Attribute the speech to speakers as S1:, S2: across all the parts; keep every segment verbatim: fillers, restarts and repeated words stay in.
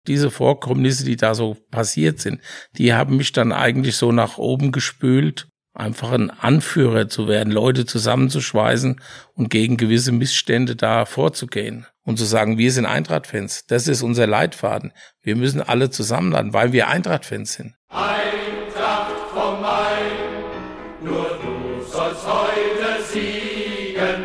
S1: Diese Vorkommnisse, die da so passiert sind, die haben mich dann eigentlich so nach oben gespült, einfach ein Anführer zu werden, Leute zusammenzuschweißen und gegen gewisse Missstände da vorzugehen und zu sagen, wir sind Eintracht-Fans, das ist unser Leitfaden. Wir müssen alle zusammenhalten, weil wir Eintracht-Fans sind.
S2: Eintracht vom Main, nur du sollst heute siegen.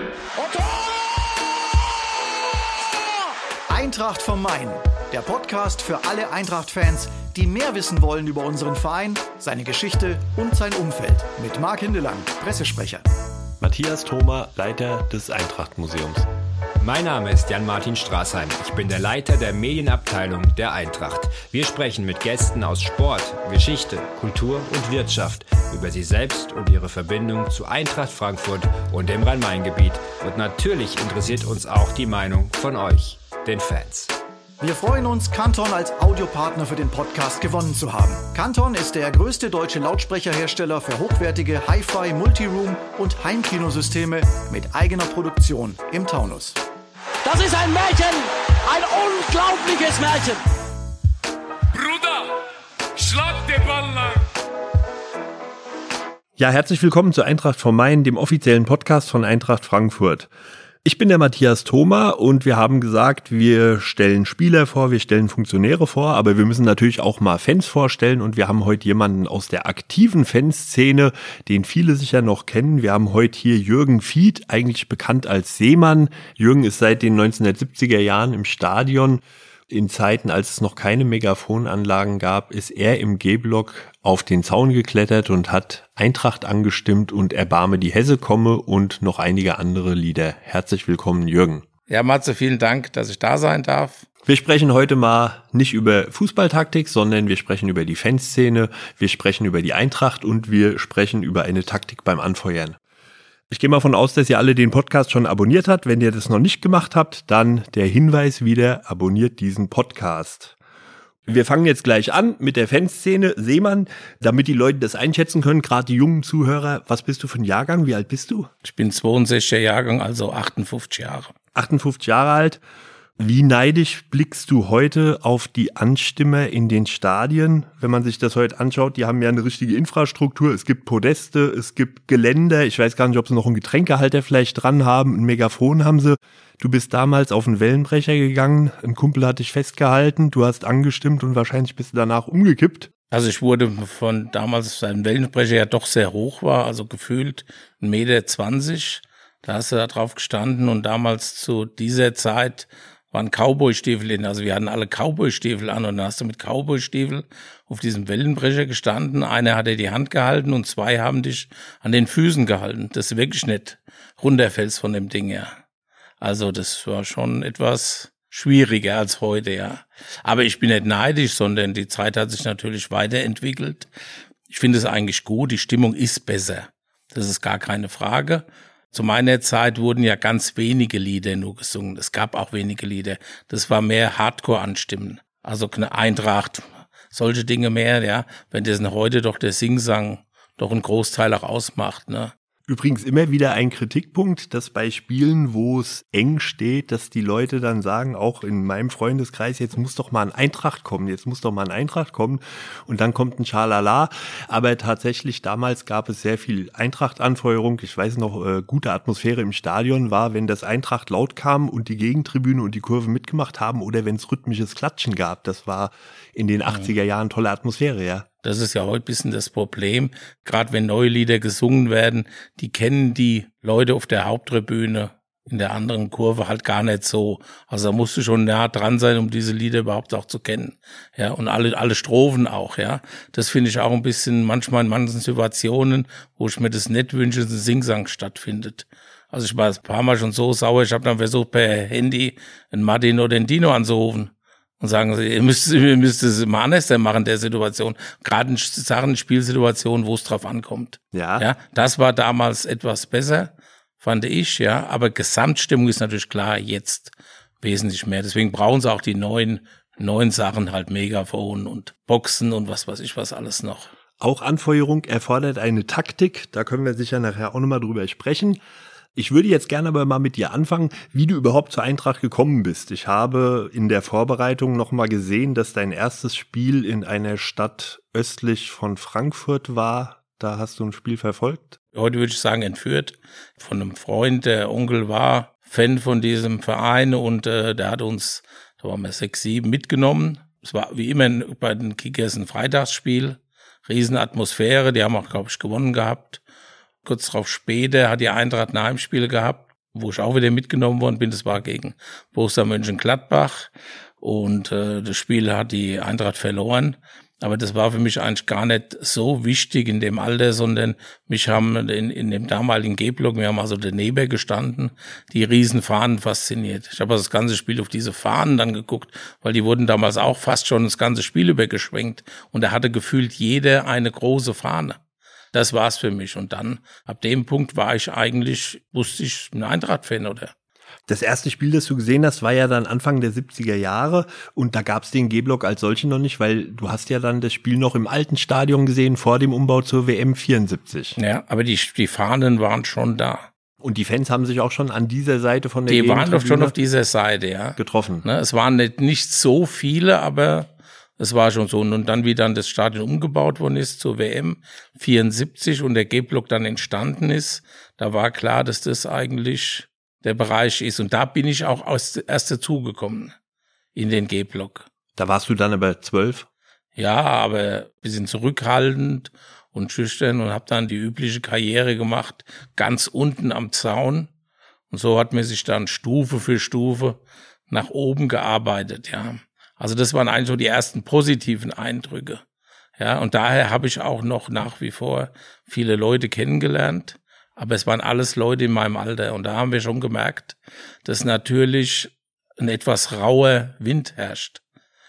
S3: Eintracht vom Main, der Podcast für alle Eintracht-Fans, die mehr wissen wollen über unseren Verein, seine Geschichte und sein Umfeld. Mit Marc Hindelang, Pressesprecher.
S4: Matthias Thoma, Leiter des Eintracht-Museums.
S5: Mein Name ist Jan-Martin Straßheim. Ich bin der Leiter der Medienabteilung der Eintracht. Wir sprechen mit Gästen aus Sport, Geschichte, Kultur und Wirtschaft über sie selbst und ihre Verbindung zu Eintracht Frankfurt und dem Rhein-Main-Gebiet. Und natürlich interessiert uns auch die Meinung von euch, den Fans.
S3: Wir freuen uns, Canton als Audiopartner für den Podcast gewonnen zu haben. Canton ist der größte deutsche Lautsprecherhersteller für hochwertige Hi-Fi, Multiroom und Heimkinosysteme mit eigener Produktion im Taunus.
S6: Das ist ein Märchen, ein unglaubliches Märchen.
S2: Bruder, schlag den Ball lang.
S4: Ja, herzlich willkommen zu Eintracht vom Main, dem offiziellen Podcast von Eintracht Frankfurt. Ich bin der Matthias Thoma und wir haben gesagt, wir stellen Spieler vor, wir stellen Funktionäre vor, aber wir müssen natürlich auch mal Fans vorstellen und wir haben heute jemanden aus der aktiven Fanszene, den viele sicher noch kennen. Wir haben heute hier Jürgen Fied, eigentlich bekannt als Seemann. Jürgen ist seit den neunzehnhundertsiebziger Jahren im Stadion. In Zeiten, als es noch keine Megafonanlagen gab, ist er im G-Block auf den Zaun geklettert und hat Eintracht angestimmt und Erbarme die Hesse komme und noch einige andere Lieder. Herzlich willkommen, Jürgen.
S1: Ja, Matze, vielen Dank, dass ich da sein darf.
S4: Wir sprechen heute mal nicht über Fußballtaktik, sondern wir sprechen über die Fanszene, wir sprechen über die Eintracht und wir sprechen über eine Taktik beim Anfeuern. Ich gehe mal davon aus, dass ihr alle den Podcast schon abonniert habt. Wenn ihr das noch nicht gemacht habt, dann der Hinweis wieder, abonniert diesen Podcast. Wir fangen jetzt gleich an mit der Fanszene. Seemann, damit die Leute das einschätzen können, gerade die jungen Zuhörer. Was bist du für ein Jahrgang? Wie alt bist du?
S1: Ich bin zweiundsechziger Jahrgang, also achtundfünfzig Jahre.
S4: achtundfünfzig Jahre alt. Wie neidisch blickst du heute auf die Anstimmer in den Stadien, wenn man sich das heute anschaut? Die haben ja eine richtige Infrastruktur. Es gibt Podeste, es gibt Geländer. Ich weiß gar nicht, ob sie noch einen Getränkehalter vielleicht dran haben. Ein Megafon haben sie. Du bist damals auf einen Wellenbrecher gegangen. Ein Kumpel hat dich festgehalten. Du hast angestimmt und wahrscheinlich bist du danach umgekippt.
S1: Also ich wurde von damals, ein Wellenbrecher ja doch sehr hoch war, also gefühlt ein Meter zwanzig. Da hast du da drauf gestanden und damals zu dieser Zeit waren Cowboy-Stiefel in, also wir hatten alle Cowboy-Stiefel an und dann hast du mit Cowboy-Stiefel auf diesem Wellenbrecher gestanden. Einer hat dir die Hand gehalten und zwei haben dich an den Füßen gehalten, dass du wirklich nicht runterfällst von dem Ding, ja. Also das war schon etwas schwieriger als heute, ja. Aber ich bin nicht neidisch, sondern die Zeit hat sich natürlich weiterentwickelt. Ich finde es eigentlich gut, die Stimmung ist besser. Das ist gar keine Frage. Zu meiner Zeit wurden ja ganz wenige Lieder nur gesungen. Es gab auch wenige Lieder. Das war mehr Hardcore-Anstimmen. Also eine Eintracht, solche Dinge mehr, ja. Wenn das heute doch der Singsang doch einen Großteil auch ausmacht, ne.
S4: Übrigens immer wieder ein Kritikpunkt, dass bei Spielen, wo es eng steht, dass die Leute dann sagen, auch in meinem Freundeskreis, jetzt muss doch mal ein Eintracht kommen, jetzt muss doch mal ein Eintracht kommen und dann kommt ein Schalala. Aber tatsächlich, damals gab es sehr viel Eintracht-Anfeuerung. Ich weiß noch, äh, gute Atmosphäre im Stadion war, wenn das Eintracht laut kam und die Gegentribüne und die Kurve mitgemacht haben oder wenn es rhythmisches Klatschen gab. Das war in den achtziger Jahren tolle Atmosphäre, ja.
S1: Das ist ja heute ein bisschen das Problem. Gerade wenn neue Lieder gesungen werden, die kennen die Leute auf der Haupttribüne in der anderen Kurve halt gar nicht so. Also da musst du schon nah dran sein, um diese Lieder überhaupt auch zu kennen. Ja, und alle, alle Strophen auch, ja. Das finde ich auch ein bisschen manchmal in manchen Situationen, wo ich mir das nicht wünsche, dass ein Singsang stattfindet. Also ich war ein paar Mal schon so sauer, ich habe dann versucht, per Handy einen Martin oder einen Dino anzurufen. Und sagen sie, ihr müsst, ihr müsst es mal anders machen, der Situation. Gerade in Sachen, Spielsituationen, wo es drauf ankommt.
S4: Ja.
S1: Ja, das war damals etwas besser, fand ich, ja. Aber Gesamtstimmung ist natürlich klar jetzt wesentlich mehr. Deswegen brauchen sie auch die neuen, neuen Sachen halt Megafon und Boxen und was weiß ich was alles noch.
S4: Auch Anfeuerung erfordert eine Taktik. Da können wir sicher nachher auch nochmal drüber sprechen. Ich würde jetzt gerne aber mal mit dir anfangen, wie du überhaupt zur Eintracht gekommen bist. Ich habe in der Vorbereitung noch mal gesehen, dass dein erstes Spiel in einer Stadt östlich von Frankfurt war. Da hast du ein Spiel verfolgt?
S1: Heute würde ich sagen entführt von einem Freund. Der Onkel war Fan von diesem Verein und äh, der hat uns, da waren wir sechs, sieben, mitgenommen. Es war wie immer bei den Kickers ein Freitagsspiel. Riesenatmosphäre, die haben auch, glaube ich, gewonnen gehabt. Kurz darauf später hat die Eintracht ein Heimspiel gehabt, wo ich auch wieder mitgenommen worden bin. Das war gegen Borussia Mönchengladbach und äh, das Spiel hat die Eintracht verloren. Aber das war für mich eigentlich gar nicht so wichtig in dem Alter, sondern mich haben in, in dem damaligen G-Block, wir haben also daneben gestanden, die riesen Fahnen fasziniert. Ich habe also das ganze Spiel auf diese Fahnen dann geguckt, weil die wurden damals auch fast schon das ganze Spiel übergeschwenkt und da hatte gefühlt jeder eine große Fahne. Das war's für mich. Und dann, ab dem Punkt war ich eigentlich, wusste ich, ein Eintracht-Fan, oder?
S4: Das erste Spiel, das du gesehen hast, war ja dann Anfang der siebziger Jahre und da gab's den G-Block als solchen noch nicht, weil du hast ja dann das Spiel noch im alten Stadion gesehen, vor dem Umbau zur W M vierundsiebzig.
S1: Ja, aber die, die Fahnen waren schon da.
S4: Und die Fans haben sich auch schon an dieser Seite von der
S1: Die waren doch schon auf dieser Seite, ja.
S4: Getroffen.
S1: Ne, es waren nicht, nicht so viele, aber es war schon so. Und dann, wie dann das Stadion umgebaut worden ist zur W M vierundsiebzig und der G-Block dann entstanden ist, da war klar, dass das eigentlich der Bereich ist. Und da bin ich auch aus, erst dazugekommen in den G-Block.
S4: Da warst du dann aber zwölf?
S1: Ja, aber ein bisschen zurückhaltend und schüchtern und habe dann die übliche Karriere gemacht, ganz unten am Zaun. Und so hat man sich dann Stufe für Stufe nach oben gearbeitet, ja. Also das waren eigentlich so die ersten positiven Eindrücke. Ja, und daher habe ich auch noch nach wie vor viele Leute kennengelernt. Aber es waren alles Leute in meinem Alter. Und da haben wir schon gemerkt, dass natürlich ein etwas rauer Wind herrscht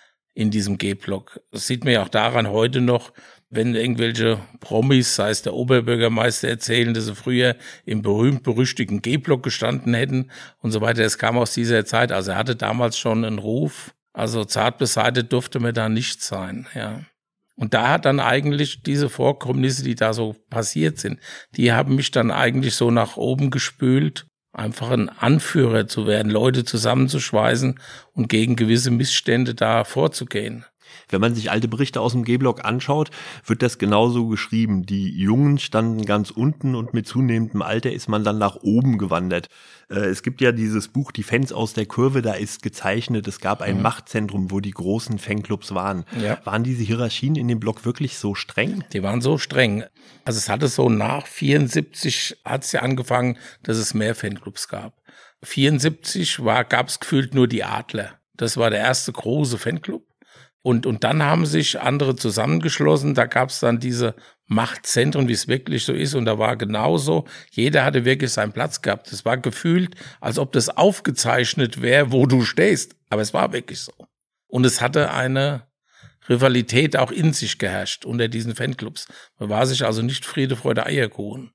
S1: in diesem G-Block. Das sieht man ja auch daran heute noch, wenn irgendwelche Promis, sei es der Oberbürgermeister, erzählen, dass sie früher im berühmt-berüchtigten G-Block gestanden hätten und so weiter. Es kam aus dieser Zeit. Also er hatte damals schon einen Ruf. Also zart beseitigt durfte man da nicht sein, ja. Und da hat dann eigentlich diese Vorkommnisse, die da so passiert sind, die haben mich dann eigentlich so nach oben gespült, einfach ein Anführer zu werden, Leute zusammenzuschweißen und gegen gewisse Missstände da vorzugehen.
S4: Wenn man sich alte Berichte aus dem G-Block anschaut, wird das genauso geschrieben. Die Jungen standen ganz unten und mit zunehmendem Alter ist man dann nach oben gewandert. Es gibt ja dieses Buch Die Fans aus der Kurve, da ist gezeichnet, es gab ein mhm. Machtzentrum, wo die großen Fanclubs waren. Ja. Waren diese Hierarchien in dem Block wirklich so streng?
S1: Die waren so streng. Also es hatte so nach vierundsiebzig hat es ja angefangen, dass es mehr Fanclubs gab. vierundsiebzig war, gab es gefühlt nur die Adler. Das war der erste große Fanclub. Und, und dann haben sich andere zusammengeschlossen, da gab es dann diese Machtzentren, wie es wirklich so ist, und da war genauso, jeder hatte wirklich seinen Platz gehabt. Es war gefühlt, als ob das aufgezeichnet wäre, wo du stehst, aber es war wirklich so. Und es hatte eine Rivalität auch in sich geherrscht unter diesen Fanclubs. Man war sich also nicht Friede, Freude, Eierkuchen.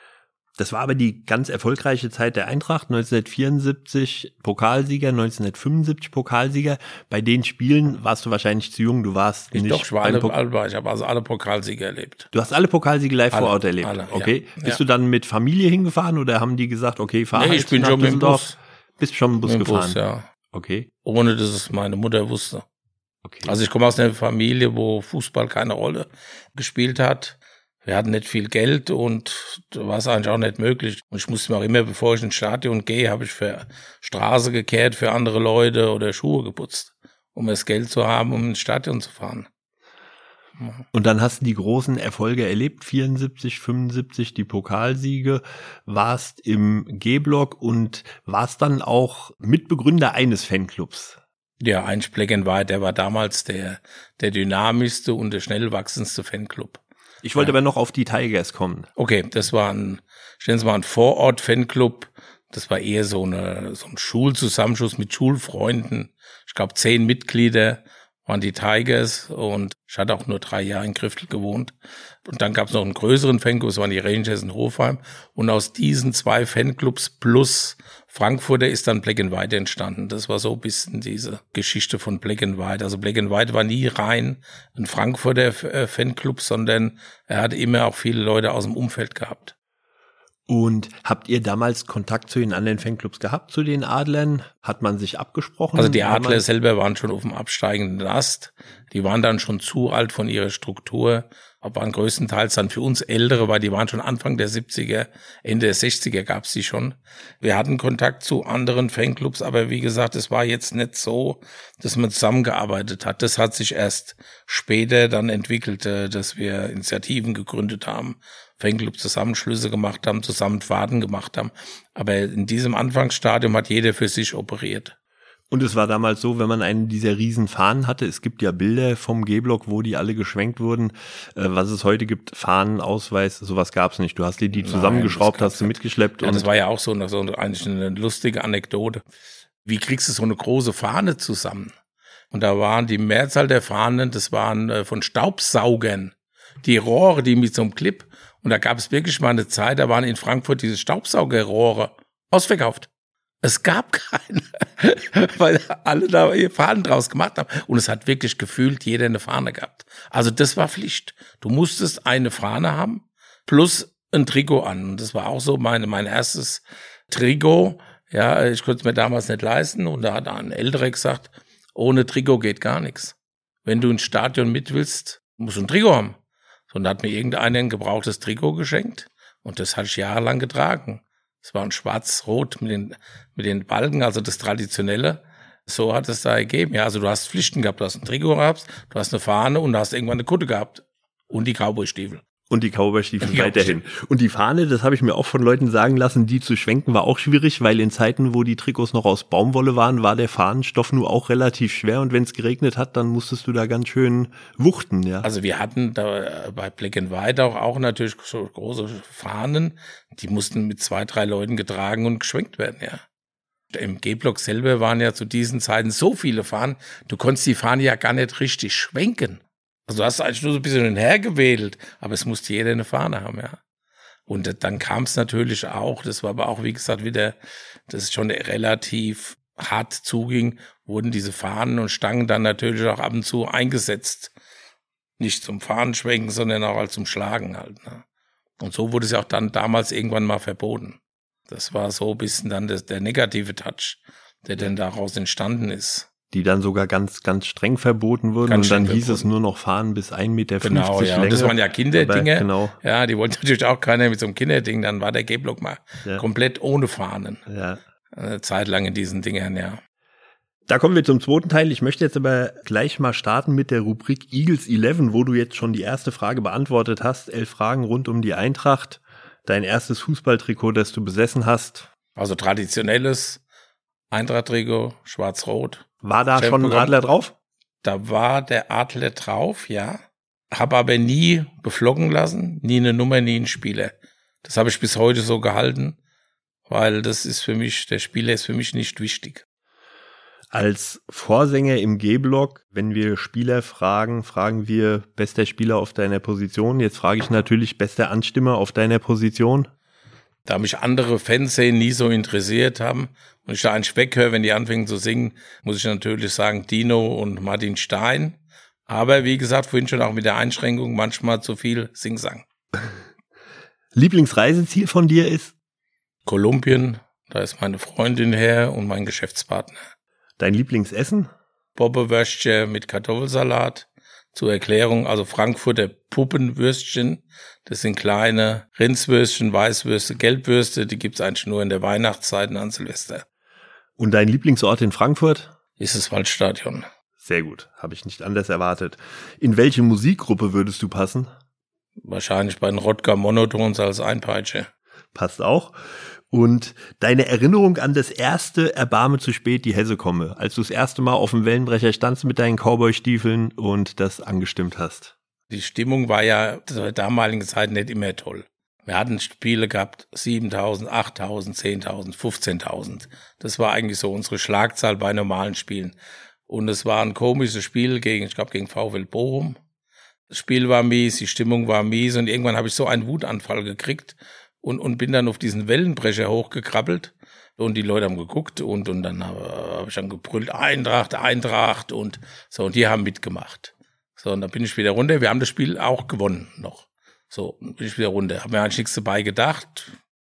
S4: Das war aber die ganz erfolgreiche Zeit der Eintracht, neunzehnhundertvierundsiebzig Pokalsieger, neunzehnhundertfünfundsiebzig Pokalsieger. Bei den Spielen warst du wahrscheinlich zu jung, du warst
S1: ich
S4: nicht...
S1: Doch, ich war alle, alle, ich habe also alle Pokalsieger erlebt.
S4: Du hast alle Pokalsiege live
S1: alle,
S4: vor Ort erlebt?
S1: Alle,
S4: okay.
S1: Ja,
S4: Bist
S1: ja.
S4: du dann mit Familie hingefahren oder haben die gesagt, okay, fahr
S1: nee,
S4: halt
S1: ich bin
S4: nach
S1: schon mit dem Bus.
S4: Bist schon mit dem Bus
S1: mit dem
S4: gefahren?
S1: Bus, ja.
S4: Okay.
S1: Ohne, dass es meine Mutter wusste.
S4: Okay.
S1: Also ich komme aus einer Familie, wo Fußball keine Rolle gespielt hat. Wir hatten nicht viel Geld und da war es eigentlich auch nicht möglich. Und ich musste mir auch immer, bevor ich ins Stadion gehe, habe ich für Straße gekehrt für andere Leute oder Schuhe geputzt, um das Geld zu haben, um ins Stadion zu fahren. Ja.
S4: Und dann hast du die großen Erfolge erlebt, vierundsiebzig, fünfundsiebzig, die Pokalsiege, warst im G-Block und warst dann auch Mitbegründer eines Fanclubs.
S1: Ja, eigentlich Black and White, der war damals der, der dynamischste und der schnell wachsendste Fanclub.
S4: Ich wollte
S1: ja.
S4: aber noch auf die Tigers kommen.
S1: Okay, das war ein, stellen Sie mal, ein Vorort-Fanclub. Das war eher so eine, so ein Schulzusammenschluss mit Schulfreunden. Ich glaube, zehn Mitglieder waren die Tigers und ich hatte auch nur drei Jahre in Griftel gewohnt. Und dann gab es noch einen größeren Fanclub, das waren die Rangers in Hofheim. Und aus diesen zwei Fanclubs plus Frankfurter ist dann Black and White entstanden. Das war so ein bisschen diese Geschichte von Black and White. Also Black and White war nie rein ein Frankfurter Fanclub, sondern er hatte immer auch viele Leute aus dem Umfeld gehabt.
S4: Und habt ihr damals Kontakt zu den anderen Fanclubs gehabt, zu den Adlern? Hat man sich abgesprochen?
S1: Also die Adler selber waren schon auf dem absteigenden Ast. Die waren dann schon zu alt von ihrer Struktur, aber waren größtenteils dann für uns Ältere, weil die waren schon Anfang der siebziger, Ende der sechziger gab's die schon. Wir hatten Kontakt zu anderen Fanclubs, aber wie gesagt, es war jetzt nicht so, dass man zusammengearbeitet hat. Das hat sich erst später dann entwickelt, dass wir Initiativen gegründet haben, Fanclub-Zusammenschlüsse gemacht haben, zusammen Fahrten gemacht haben. Aber in diesem Anfangsstadium hat jeder für sich operiert.
S4: Und es war damals so, wenn man einen dieser riesen Fahnen hatte, es gibt ja Bilder vom G-Block, wo die alle geschwenkt wurden, äh, was es heute gibt, Fahnen, Ausweis, sowas gab's nicht. Du hast dir die zusammengeschraubt, hast du mitgeschleppt.
S1: Ja,
S4: und
S1: das war ja auch so, eine, so eigentlich eine lustige Anekdote. Wie kriegst du so eine große Fahne zusammen? Und da waren die Mehrzahl der Fahnen, das waren äh, von Staubsaugern, die Rohre, die mit so einem Clip, und da gab es wirklich mal eine Zeit, da waren in Frankfurt diese Staubsaugerrohre ausverkauft. Es gab keine, weil alle da ihre Fahnen draus gemacht haben. Und es hat wirklich gefühlt jeder eine Fahne gehabt. Also das war Pflicht. Du musstest eine Fahne haben plus ein Trikot an. Und das war auch so meine, mein erstes Trikot. Ja, ich konnte es mir damals nicht leisten. Und da hat ein Älterer gesagt, ohne Trikot geht gar nichts. Wenn du ins Stadion mit willst, musst du ein Trikot haben. So, und da hat mir irgendeiner ein gebrauchtes Trikot geschenkt. Und das hatte ich jahrelang getragen. Es war ein schwarz-rot mit den, mit den Balken, also das Traditionelle. So hat es da ergeben. Ja, also du hast Pflichten gehabt, du hast ein Trikot gehabt, du hast eine Fahne und du hast irgendwann eine Kutte gehabt. Und die Cowboy-Stiefel.
S4: Und die Cowboy-Stiefel weiterhin. Und die Fahne, das habe ich mir auch von Leuten sagen lassen, die zu schwenken, war auch schwierig, weil in Zeiten, wo die Trikots noch aus Baumwolle waren, war der Fahnenstoff nur auch relativ schwer. Und wenn es geregnet hat, dann musstest du da ganz schön wuchten, ja.
S1: Also wir hatten da bei Black and White auch, auch natürlich so große Fahnen, die mussten mit zwei, drei Leuten getragen und geschwenkt werden, ja. Im G-Block selber waren ja zu diesen Zeiten so viele Fahnen, du konntest die Fahne ja gar nicht richtig schwenken. Also du hast eigentlich nur so ein bisschen hinhergewedelt, aber es musste jeder eine Fahne haben, ja. Und dann kam es natürlich auch, das war aber auch, wie gesagt, wieder, das ist schon relativ hart zuging, wurden diese Fahnen und Stangen dann natürlich auch ab und zu eingesetzt. Nicht zum Fahnenschwenken, sondern auch als zum Schlagen halt, ne. Und so wurde es ja auch dann damals irgendwann mal verboten. Das war so ein bisschen dann das, der negative Touch, der dann daraus entstanden ist.
S4: Die dann sogar ganz, ganz streng verboten wurden. Ganz und dann hieß verboten. Es nur noch Fahnen bis ein Meter fünfzig
S1: genau, ja.
S4: Länge.
S1: Und das waren ja Kinderdinge.
S4: Genau.
S1: Ja, die wollten natürlich auch keiner mit so einem Kinderding. Dann war der G-Block mal ja. komplett ohne Fahnen.
S4: Ja.
S1: Eine Zeit lang in diesen Dingern, ja.
S4: Da kommen wir zum zweiten Teil. Ich möchte jetzt aber gleich mal starten mit der Rubrik Eagles elf, wo du jetzt schon die erste Frage beantwortet hast. Elf Fragen rund um die Eintracht. Dein erstes Fußballtrikot, das du besessen hast.
S1: Also traditionelles Eintracht-Trikot, schwarz-rot.
S4: War da schon ein Adler drauf?
S1: Da war der Adler drauf, ja. Habe aber nie beflocken lassen, nie eine Nummer, nie einen Spieler. Das habe ich bis heute so gehalten, weil das ist für mich, der Spieler ist für mich nicht wichtig.
S4: Als Vorsänger im G-Block, wenn wir Spieler fragen, fragen wir bester Spieler auf deiner Position. Jetzt frage ich natürlich bester Anstimmer auf deiner Position.
S1: Da mich andere Fanszenen nie so interessiert haben und ich da einen weghöre, wenn die anfangen zu singen, muss ich natürlich sagen Dino und Martin Stein. Aber wie gesagt, vorhin schon auch mit der Einschränkung, manchmal zu viel Singsang.
S4: Lieblingsreiseziel von dir ist?
S1: Kolumbien, da ist meine Freundin her und mein Geschäftspartner.
S4: Dein Lieblingsessen?
S1: Bobbewürstchen mit Kartoffelsalat. Zur Erklärung, also Frankfurter Puppenwürstchen, das sind kleine Rindswürstchen, Weißwürste, Gelbwürste, die gibt's eigentlich nur in der Weihnachtszeit und an Silvester.
S4: Und dein Lieblingsort in Frankfurt?
S1: Ist das Waldstadion.
S4: Sehr gut, habe ich nicht anders erwartet. In welche Musikgruppe würdest du passen?
S1: Wahrscheinlich bei den Rodger Monotons als Einpeitsche.
S4: Passt auch. Und deine Erinnerung an das erste Erbarme zu spät, die Hesse komme, als du das erste Mal auf dem Wellenbrecher standst mit deinen Cowboy-Stiefeln und das angestimmt hast.
S1: Die Stimmung war ja zu der damaligen Zeit nicht immer toll. Wir hatten Spiele gehabt, siebentausend, achttausend, zehntausend, fünfzehntausend. Das war eigentlich so unsere Schlagzahl bei normalen Spielen. Und es war ein komisches Spiel gegen, ich glaube, gegen VfL Bochum. Das Spiel war mies, die Stimmung war mies und irgendwann habe ich so einen Wutanfall gekriegt. Und, und bin dann auf diesen Wellenbrecher hochgekrabbelt und die Leute haben geguckt und, und dann habe hab ich dann gebrüllt, Eintracht, Eintracht und so und die haben mitgemacht. So, und dann bin ich wieder runter. Wir haben das Spiel auch gewonnen noch. So, bin ich wieder runter. Hab mir eigentlich nichts dabei gedacht.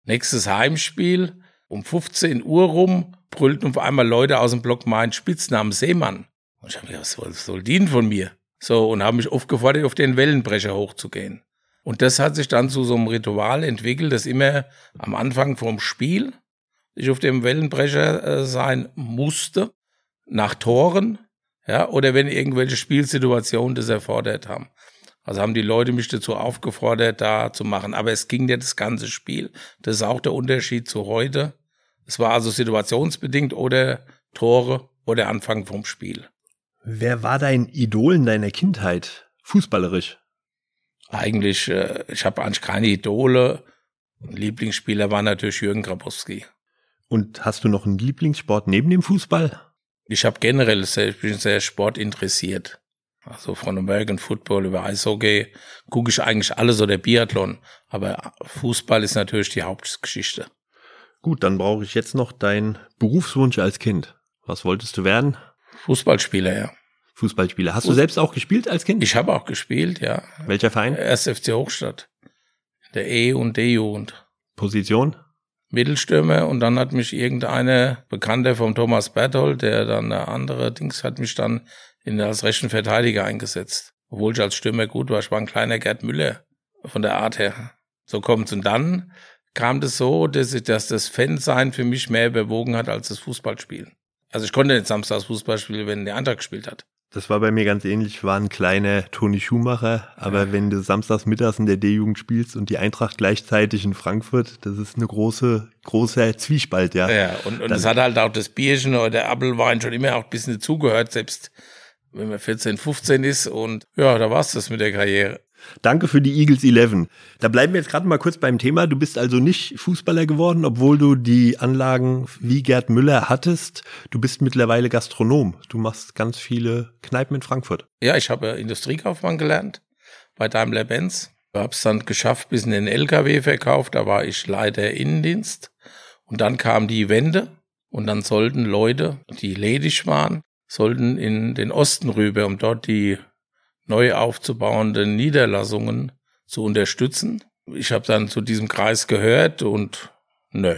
S1: Nächstes Heimspiel, um fünfzehn Uhr rum, brüllten auf einmal Leute aus dem Block meinen Spitznamen Seemann. Und ich habe mir gedacht, was soll die denn von mir? So, und haben mich aufgefordert, auf den Wellenbrecher hochzugehen. Und das hat sich dann zu so einem Ritual entwickelt, dass immer am Anfang vom Spiel ich auf dem Wellenbrecher äh, sein musste, nach Toren, ja, oder wenn irgendwelche Spielsituationen das erfordert haben. Also haben die Leute mich dazu aufgefordert, da zu machen. Aber es ging ja das ganze Spiel. Das ist auch der Unterschied zu heute. Es war also situationsbedingt oder Tore oder Anfang vom Spiel.
S4: Wer war dein Idol in deiner Kindheit, fußballerisch?
S1: Eigentlich, äh, ich habe eigentlich keine Idole. Lieblingsspieler war natürlich Jürgen Grabowski.
S4: Und hast du noch einen Lieblingssport neben dem Fußball?
S1: Ich habe generell sehr, ich bin sehr sportinteressiert. Also von American Football über Eishockey gucke ich eigentlich alles oder Biathlon. Aber Fußball ist natürlich die Hauptgeschichte.
S4: Gut, dann brauche ich jetzt noch deinen Berufswunsch als Kind. Was wolltest du werden?
S1: Fußballspieler, ja.
S4: Fußballspieler. Hast Fuß- du selbst auch gespielt als Kind?
S1: Ich habe auch gespielt, ja.
S4: Welcher Verein?
S1: erster F C Hochstadt. Der E- und D-Jugend.
S4: Position?
S1: Mittelstürmer, und dann hat mich irgendeiner Bekannter vom Thomas Berthold, der dann eine andere Dings, hat mich dann in, als rechten Verteidiger eingesetzt. Obwohl ich als Stürmer gut war. Ich war ein kleiner Gerd Müller von der Art her. So kommt's. Und dann kam das so, dass, ich, dass das Fansein für mich mehr überwogen hat als das Fußballspielen. Also ich konnte nicht samstags Fußball spielen, wenn der Eintracht gespielt hat.
S4: Das war bei mir ganz ähnlich. Ich war ein kleiner Toni Schumacher. Aber ja, wenn du samstags mittags in der D-Jugend spielst und die Eintracht gleichzeitig in Frankfurt, das ist eine große, große Zwiespalt, ja.
S1: Ja, und, und es hat halt auch das Bierchen oder der Apfelwein schon immer auch ein bisschen dazugehört, selbst wenn man vierzehn, fünfzehn ist. Und ja, da war's das mit der Karriere.
S4: Danke für die Eagles elf. Da bleiben wir jetzt gerade mal kurz beim Thema. Du bist also nicht Fußballer geworden, obwohl du die Anlagen wie Gerd Müller hattest. Du bist mittlerweile Gastronom. Du machst ganz viele Kneipen in Frankfurt.
S1: Ja, ich habe Industriekaufmann gelernt bei Daimler-Benz. Ich habe es dann geschafft, bis in den L K W verkauft. Da war ich Leiter Innendienst. Und dann kam die Wende. Und dann sollten Leute, die ledig waren, sollten in den Osten rüber, um dort die neu aufzubauenden Niederlassungen zu unterstützen. Ich habe dann zu diesem Kreis gehört und nö,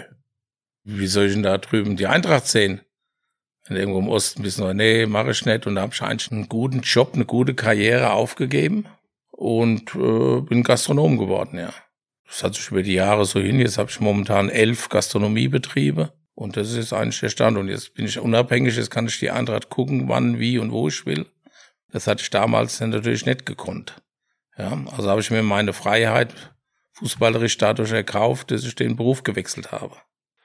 S1: wie soll ich denn da drüben die Eintracht sehen? Wenn irgendwo im Osten bist du, nee, mache ich nicht. Und da habe ich eigentlich einen guten Job, eine gute Karriere aufgegeben und äh, bin Gastronom geworden, ja. Das hat sich über die Jahre so hin. Jetzt habe ich momentan elf Gastronomiebetriebe und das ist eigentlich der Stand. Und jetzt bin ich unabhängig, jetzt kann ich die Eintracht gucken, wann, wie und wo ich will. Das hatte ich damals natürlich nicht gekonnt. Ja, also habe ich mir meine Freiheit fußballerisch dadurch erkauft, dass ich den Beruf gewechselt habe.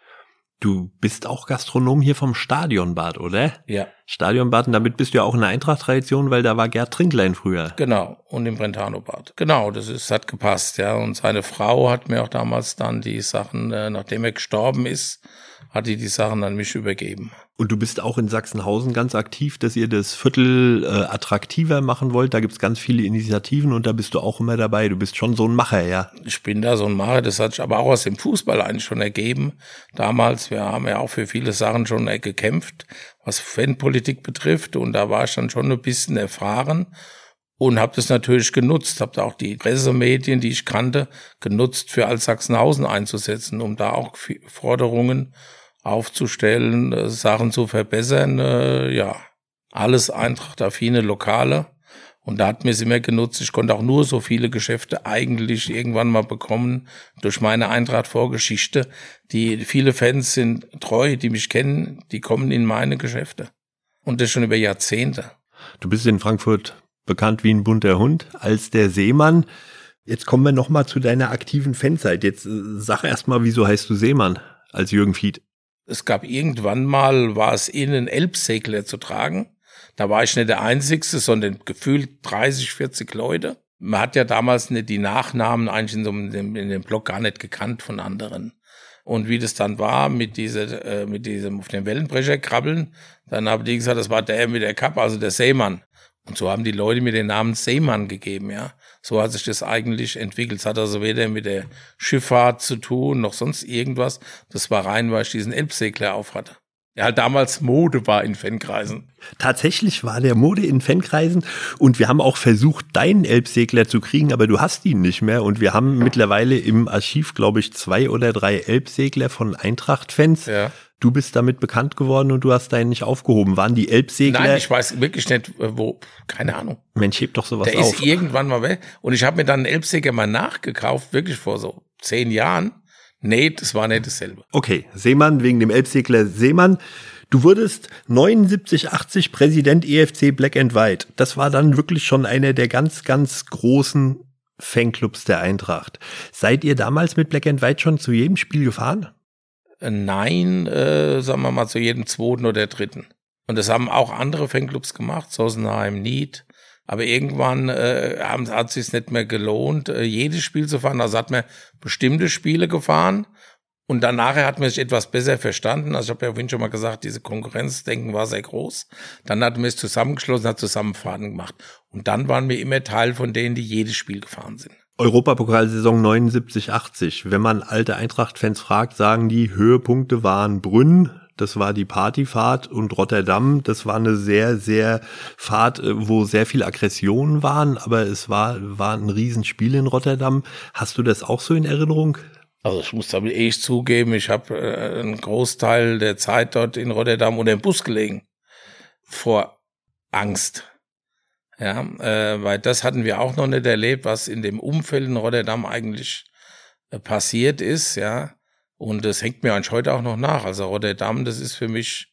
S4: Du bist auch Gastronom hier vom Stadionbad, oder?
S1: Ja.
S4: Stadionbad, und damit bist du ja auch in der Eintracht-Tradition, weil da war Gerd Trinklein früher.
S1: Genau, und im Brentano-Bad. Genau, das ist, hat gepasst, ja. Und seine Frau hat mir auch damals dann die Sachen, äh, nachdem er gestorben ist, hat die die Sachen an mich übergeben.
S4: Und du bist auch in Sachsenhausen ganz aktiv, dass ihr das Viertel äh, attraktiver machen wollt. Da gibt's ganz viele Initiativen und da bist du auch immer dabei. Du bist schon so ein Macher, ja.
S1: Ich bin da so ein Macher, das hat sich aber auch aus dem Fußball eigentlich schon ergeben. Damals, wir haben ja auch für viele Sachen schon gekämpft, was Fanpolitik betrifft. Und da war ich dann schon ein bisschen erfahren und habe das natürlich genutzt. Habe da auch die Pressemedien, die ich kannte, genutzt, für Altsachsenhausen einzusetzen, um da auch Forderungen aufzustellen, äh, Sachen zu verbessern, äh, ja, alles Eintracht-affine Lokale. Und da hat mir es immer genutzt. Ich konnte auch nur so viele Geschäfte eigentlich irgendwann mal bekommen durch meine Eintracht-Vorgeschichte. Die viele Fans sind treu, die mich kennen, die kommen in meine Geschäfte. Und das schon über Jahrzehnte.
S4: Du bist in Frankfurt bekannt wie ein bunter Hund, als der Seemann. Jetzt kommen wir nochmal zu deiner aktiven Fanzeit. Jetzt äh, sag erst mal, wieso heißt du Seemann als Jürgen Fied?
S1: Es gab irgendwann mal, war es in einen Elbsegler zu tragen. Da war ich nicht der Einzigste, sondern gefühlt dreißig, vierzig Leute. Man hat ja damals nicht die Nachnamen eigentlich in, so einem, in dem Blog gar nicht gekannt von anderen. Und wie das dann war mit dieser, äh, mit diesem auf den Wellenbrecher krabbeln, dann haben die gesagt, das war der mit der Kappe, also der Seemann. Und so haben die Leute mir den Namen Seemann gegeben, ja. So hat sich das eigentlich entwickelt. Es hat also weder mit der Schifffahrt zu tun, noch sonst irgendwas. Das war rein, weil ich diesen Elbsegler auf hatte. Ja, halt damals Mode war in Fankreisen.
S4: Tatsächlich war der Mode in Fankreisen und wir haben auch versucht, deinen Elbsegler zu kriegen, aber du hast ihn nicht mehr und wir haben mittlerweile im Archiv, glaube ich, zwei oder drei Elbsegler von Eintracht-Fans.
S1: Ja.
S4: Du bist damit bekannt geworden und du hast deinen nicht aufgehoben. Waren die Elbsegler?
S1: Nein, ich weiß wirklich nicht, wo, keine Ahnung.
S4: Mensch, heb doch sowas
S1: Der
S4: auf.
S1: ist irgendwann mal weg und ich habe mir dann einen Elbsegler mal nachgekauft, wirklich vor so zehn Jahren. Nee, das war nicht dasselbe.
S4: Okay, Seemann, wegen dem Elbsegler Seemann. Du wurdest neunundsiebzig, achtzig Präsident E F C Black and White. Das war dann wirklich schon einer der ganz, ganz großen Fanclubs der Eintracht. Seid ihr damals mit Black and White schon zu jedem Spiel gefahren?
S1: Nein, äh, sagen wir mal zu jedem zweiten oder dritten. Und das haben auch andere Fanclubs gemacht, Sossenheim, Nied. Aber irgendwann äh, haben, hat es sich nicht mehr gelohnt, äh, jedes Spiel zu fahren. Also hat man bestimmte Spiele gefahren und dann nachher hat man sich etwas besser verstanden. Also ich habe ja vorhin schon mal gesagt, diese Konkurrenzdenken war sehr groß. Dann hat man es zusammengeschlossen, hat Zusammenfahrten gemacht. Und dann waren wir immer Teil von denen, die jedes Spiel gefahren sind.
S4: Europapokalsaison neunundsiebzig, achtzig. Wenn man alte Eintracht-Fans fragt, sagen die, Höhepunkte waren Brünn, das war die Partyfahrt, und Rotterdam, das war eine sehr, sehr Fahrt, wo sehr viel Aggressionen waren, aber es war, war ein Riesenspiel in Rotterdam. Hast du das auch so in Erinnerung?
S1: Also ich muss damit eh zugeben, ich habe äh, einen Großteil der Zeit dort in Rotterdam unter dem Bus gelegen. Vor Angst. Ja, äh, weil das hatten wir auch noch nicht erlebt, was in dem Umfeld in Rotterdam eigentlich äh, passiert ist, ja. Und das hängt mir eigentlich heute auch noch nach. Also Rotterdam, das ist für mich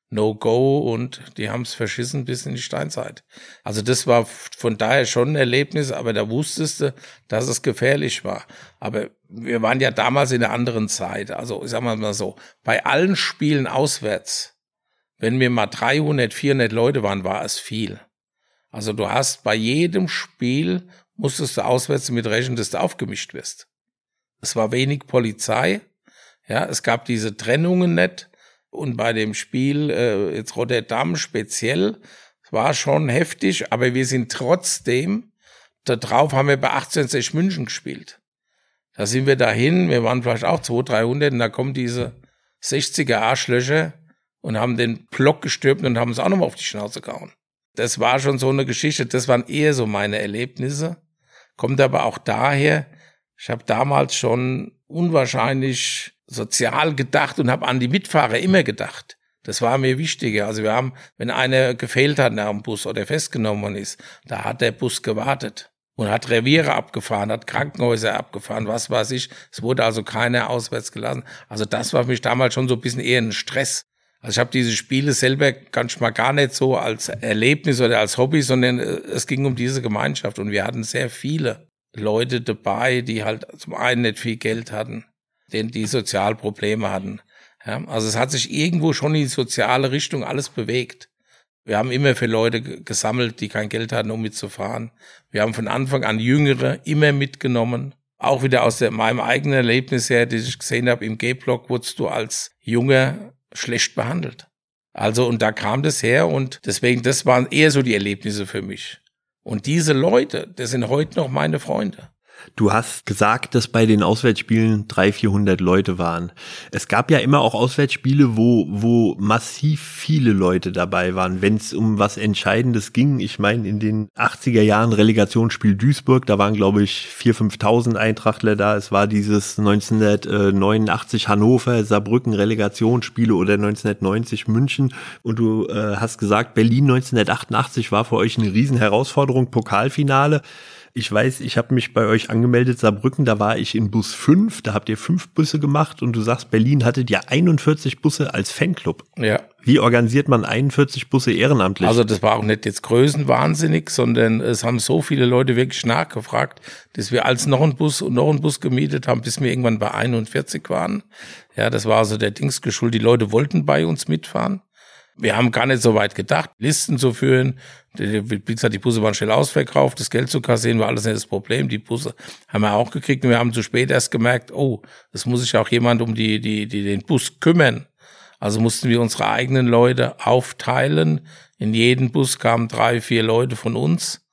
S1: No-Go und die haben es verschissen bis in die Steinzeit. Also das war von daher schon ein Erlebnis, aber da wusstest du, dass es gefährlich war. Aber wir waren ja damals in einer anderen Zeit. Also ich sag mal so, bei allen Spielen auswärts, wenn wir mal dreihundert, vierhundert Leute waren, war es viel. Also du hast bei jedem Spiel, musstest du auswärts mit rechnen, dass du aufgemischt wirst. Es war wenig Polizei. Ja, es gab diese Trennungen nicht und bei dem Spiel äh, jetzt Rotterdam speziell, es war schon heftig, aber wir sind trotzdem, da drauf haben wir bei achtzehnhundertsechzig München gespielt. Da sind wir dahin, wir waren vielleicht auch zweihundert, dreihundert und da kommen diese sechziger Arschlöcher und haben den Block gestürmt und haben uns auch nochmal auf die Schnauze gehauen. Das war schon so eine Geschichte, das waren eher so meine Erlebnisse, kommt aber auch daher, ich habe damals schon unwahrscheinlich sozial gedacht und habe an die Mitfahrer immer gedacht. Das war mir wichtiger. Also wir haben, wenn einer gefehlt hat nach dem Bus oder festgenommen worden ist, da hat der Bus gewartet und hat Reviere abgefahren, hat Krankenhäuser abgefahren, was weiß ich. Es wurde also keiner auswärts gelassen. Also das war für mich damals schon so ein bisschen eher ein Stress. Also ich habe diese Spiele selber manchmal gar nicht so als Erlebnis oder als Hobby, sondern es ging um diese Gemeinschaft und wir hatten sehr viele Leute dabei, die halt zum einen nicht viel Geld hatten, denen die Sozialprobleme hatten. Ja, also es hat sich irgendwo schon in die soziale Richtung alles bewegt. Wir haben immer für Leute g- gesammelt, die kein Geld hatten, um mitzufahren. Wir haben von Anfang an Jüngere immer mitgenommen. Auch wieder aus der, meinem eigenen Erlebnis her, das ich gesehen habe, im G-Block wurdest du als Junge schlecht behandelt. Also und da kam das her und deswegen, das waren eher so die Erlebnisse für mich. Und diese Leute, das sind heute noch meine Freunde.
S4: Du hast gesagt, dass bei den Auswärtsspielen dreihundert, vierhundert Leute waren. Es gab ja immer auch Auswärtsspiele, wo wo massiv viele Leute dabei waren, wenn es um was Entscheidendes ging. Ich meine, in den achtziger Jahren Relegationsspiel Duisburg, da waren, glaube ich, viertausend, fünftausend Eintrachtler da. Es war dieses neunzehnhundertneunundachtzig Hannover, Saarbrücken Relegationsspiele oder neunzehnhundertneunzig München. Und du äh, hast gesagt, Berlin neunzehnhundertachtundachtzig war für euch eine Riesenherausforderung, Pokalfinale. Ich weiß, ich habe mich bei euch angemeldet, Saarbrücken, da war ich in Bus fünf, da habt ihr fünf Busse gemacht und du sagst, Berlin hattet ja einundvierzig Busse als Fanclub.
S1: Ja.
S4: Wie organisiert man einundvierzig Busse ehrenamtlich?
S1: Also das war auch nicht jetzt größenwahnsinnig, sondern es haben so viele Leute wirklich nachgefragt, dass wir als noch einen Bus und noch einen Bus gemietet haben, bis wir irgendwann bei einundvierzig waren. Ja, das war also der Dings geschuldet. Die Leute wollten bei uns mitfahren. Wir haben gar nicht so weit gedacht, Listen zu führen. Wie gesagt, die Busse waren schnell ausverkauft, das Geld zu kassieren war alles nicht das Problem. Die Busse haben wir auch gekriegt und wir haben zu spät erst gemerkt, oh, es muss sich auch jemand um die, die, die, den Bus kümmern. Also mussten wir unsere eigenen Leute aufteilen. In jeden Bus kamen drei, vier Leute von uns.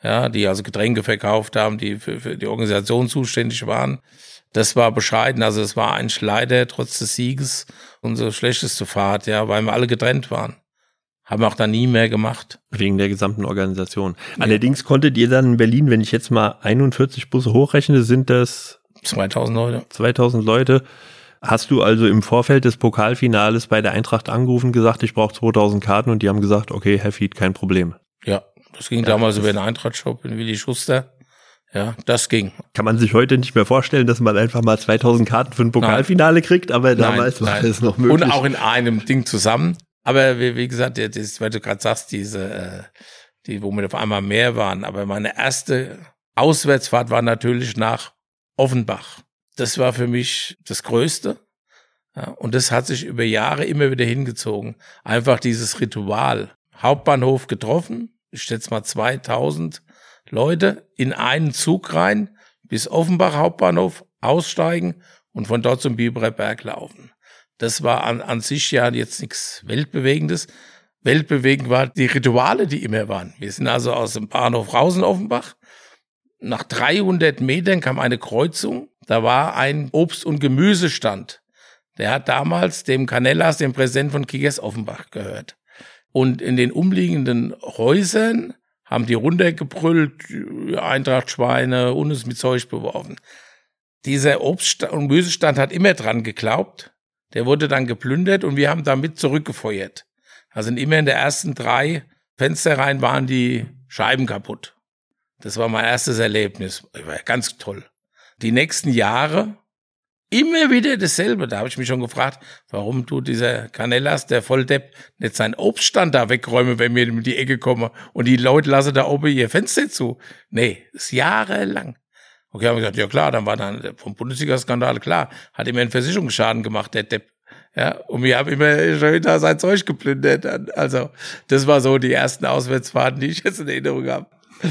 S1: ja, die also Getränke verkauft haben, die für, für die Organisation zuständig waren. Das war bescheiden, also es war eigentlich leider trotz des Sieges unsere schlechteste Fahrt, ja, weil wir alle getrennt waren. Haben wir auch dann nie mehr gemacht.
S4: Wegen der gesamten Organisation. Ja. Allerdings konntet ihr dann in Berlin, wenn ich jetzt mal einundvierzig Busse hochrechne, sind das
S1: zweitausend Leute.
S4: zweitausend Leute. Hast du also im Vorfeld des Pokalfinales bei der Eintracht angerufen, gesagt, ich brauche zweitausend Karten und die haben gesagt, okay, Herr Fied, kein Problem.
S1: Ja, das ging ja, damals das über den Eintracht-Shop in Willi Schuster. Ja, das ging.
S4: Kann man sich heute nicht mehr vorstellen, dass man einfach mal zweitausend Karten für ein Pokalfinale nein. kriegt, aber damals nein, war nein. es noch möglich.
S1: Und auch in einem Ding zusammen. Aber wie, wie gesagt, das, weil du gerade sagst, diese, äh, die, wo wir auf einmal mehr waren. Aber meine erste Auswärtsfahrt war natürlich nach Offenbach. Das war für mich das Größte. Ja, und das hat sich über Jahre immer wieder hingezogen. Einfach dieses Ritual. Hauptbahnhof getroffen. Ich schätze mal zweitausend Leute in einen Zug rein, bis Offenbach Hauptbahnhof, aussteigen und von dort zum Biberer Berg laufen. Das war an, an sich ja jetzt nichts Weltbewegendes. Weltbewegend war die Rituale, die immer waren. Wir sind also aus dem Bahnhof raus in Offenbach. Nach dreihundert Metern kam eine Kreuzung. Da war ein Obst- und Gemüsestand. Der hat damals dem Canellas, dem Präsident von Kickers Offenbach, gehört. Und in den umliegenden Häusern haben die runtergebrüllt, Eintracht-Schweine und es mit Zeug beworfen. Dieser Obst- und Gemüsestand hat immer dran geglaubt. Der wurde dann geplündert und wir haben damit zurückgefeuert. Also immer in der ersten drei Fensterreihen waren die Scheiben kaputt. Das war mein erstes Erlebnis. War ganz toll. Die nächsten Jahre immer wieder dasselbe. Da habe ich mich schon gefragt, warum tut dieser Canellas, der Volldepp, nicht seinen Obststand da wegräumen, wenn wir in die Ecke kommen und die Leute lassen da oben ihr Fenster zu. Nee, das ist jahrelang. Okay, haben wir gesagt, ja klar, dann war dann vom Bundesliga-Skandal, klar, hat immer einen Versicherungsschaden gemacht, der Depp. Ja, und wir haben immer schon wieder sein Zeug geplündert. Also, das war so die ersten Auswärtsfahrten, die ich jetzt in Erinnerung habe.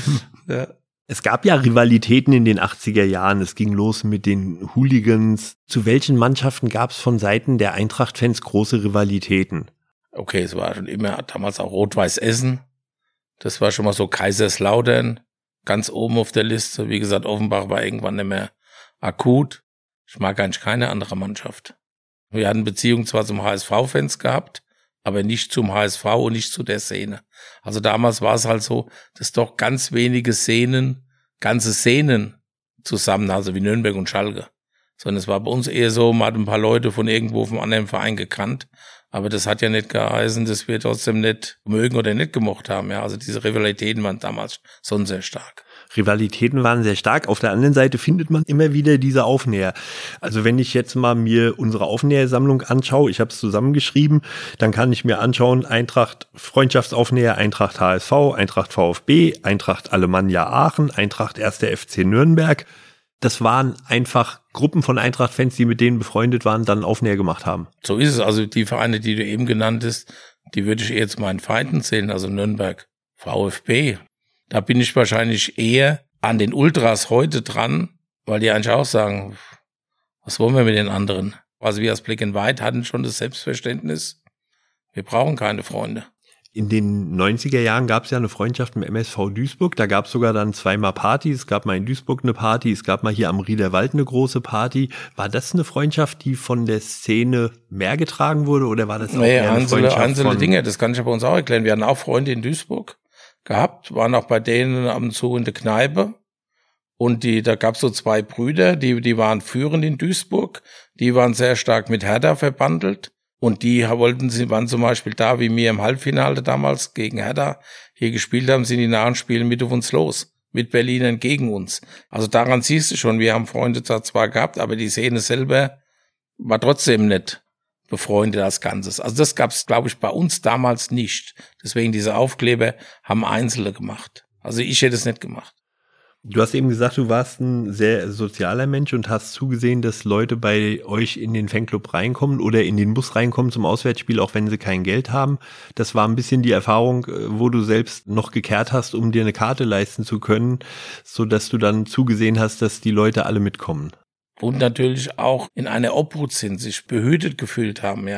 S1: Ja.
S4: Es gab ja Rivalitäten in den achtziger Jahren. Es ging los mit den Hooligans. Zu welchen Mannschaften gab es von Seiten der Eintracht-Fans große Rivalitäten?
S1: Okay, es war schon immer damals auch Rot-Weiß Essen. Das war schon mal so Kaiserslautern. Ganz oben auf der Liste. Wie gesagt, Offenbach war irgendwann nicht mehr akut. Ich mag eigentlich keine andere Mannschaft. Wir hatten Beziehungen zwar zum H S V-Fans gehabt, aber nicht zum H S V und nicht zu der Szene. Also damals war es halt so, dass doch ganz wenige Szenen, ganze Szenen zusammen, also wie Nürnberg und Schalke. Sondern es war bei uns eher so, man hat ein paar Leute von irgendwo vom anderen Verein gekannt. Aber das hat ja nicht geheißen, dass wir trotzdem nicht mögen oder nicht gemocht haben. Ja, also diese Rivalitäten waren damals schon sehr stark.
S4: Rivalitäten waren sehr stark. Auf der anderen Seite findet man immer wieder diese Aufnäher. Also wenn ich jetzt mal mir unsere Aufnähersammlung anschaue, ich habe es zusammengeschrieben, dann kann ich mir anschauen, Eintracht Freundschaftsaufnäher, Eintracht H S V, Eintracht VfB, Eintracht Alemannia Aachen, Eintracht erster F C Nürnberg. Das waren einfach Gruppen von Eintracht-Fans, die mit denen befreundet waren, dann Aufnäher gemacht haben.
S1: So ist es. Also die Vereine, die du eben genannt hast, die würde ich eher zu meinen Feinden zählen. Also Nürnberg, VfB. Da bin ich wahrscheinlich eher an den Ultras heute dran, weil die eigentlich auch sagen, was wollen wir mit den anderen? Also wir als Black and White hatten schon das Selbstverständnis, wir brauchen keine Freunde.
S4: In den neunziger Jahren gab es ja eine Freundschaft mit dem M S V Duisburg. Da gab es sogar dann zweimal Partys. Es gab mal in Duisburg eine Party, es gab mal hier am Riederwald eine große Party. War das eine Freundschaft, die von der Szene mehr getragen wurde, oder war das auch
S1: nee,
S4: eher eine
S1: einzelne,
S4: Freundschaft
S1: einzelne
S4: von
S1: Dinge, das kann ich aber uns auch erklären. Wir hatten auch Freunde in Duisburg gehabt, waren auch bei denen ab und zu in der Kneipe. Und die, da gab es so zwei Brüder, die, die waren führend in Duisburg. Die waren sehr stark mit Hertha verbandelt. Und die wollten, sie waren zum Beispiel da, wie wir im Halbfinale damals gegen Hertha hier gespielt haben, sind die nahen Spiele mit auf uns los. Mit Berlinern gegen uns. Also daran siehst du schon, wir haben Freunde da zwar gehabt, aber die Szene selber war trotzdem nicht befreundet als Ganzes. Also das gab es, glaube ich, bei uns damals nicht. Deswegen diese Aufkleber haben Einzelne gemacht. Also ich hätte es nicht gemacht.
S4: Du hast eben gesagt, du warst ein sehr sozialer Mensch und hast zugesehen, dass Leute bei euch in den Fanclub reinkommen oder in den Bus reinkommen zum Auswärtsspiel, auch wenn sie kein Geld haben. Das war ein bisschen die Erfahrung, wo du selbst noch gekehrt hast, um dir eine Karte leisten zu können, so dass du dann zugesehen hast, dass die Leute alle mitkommen.
S1: Und natürlich auch in einer Obhut sind, sich behütet gefühlt haben, ja.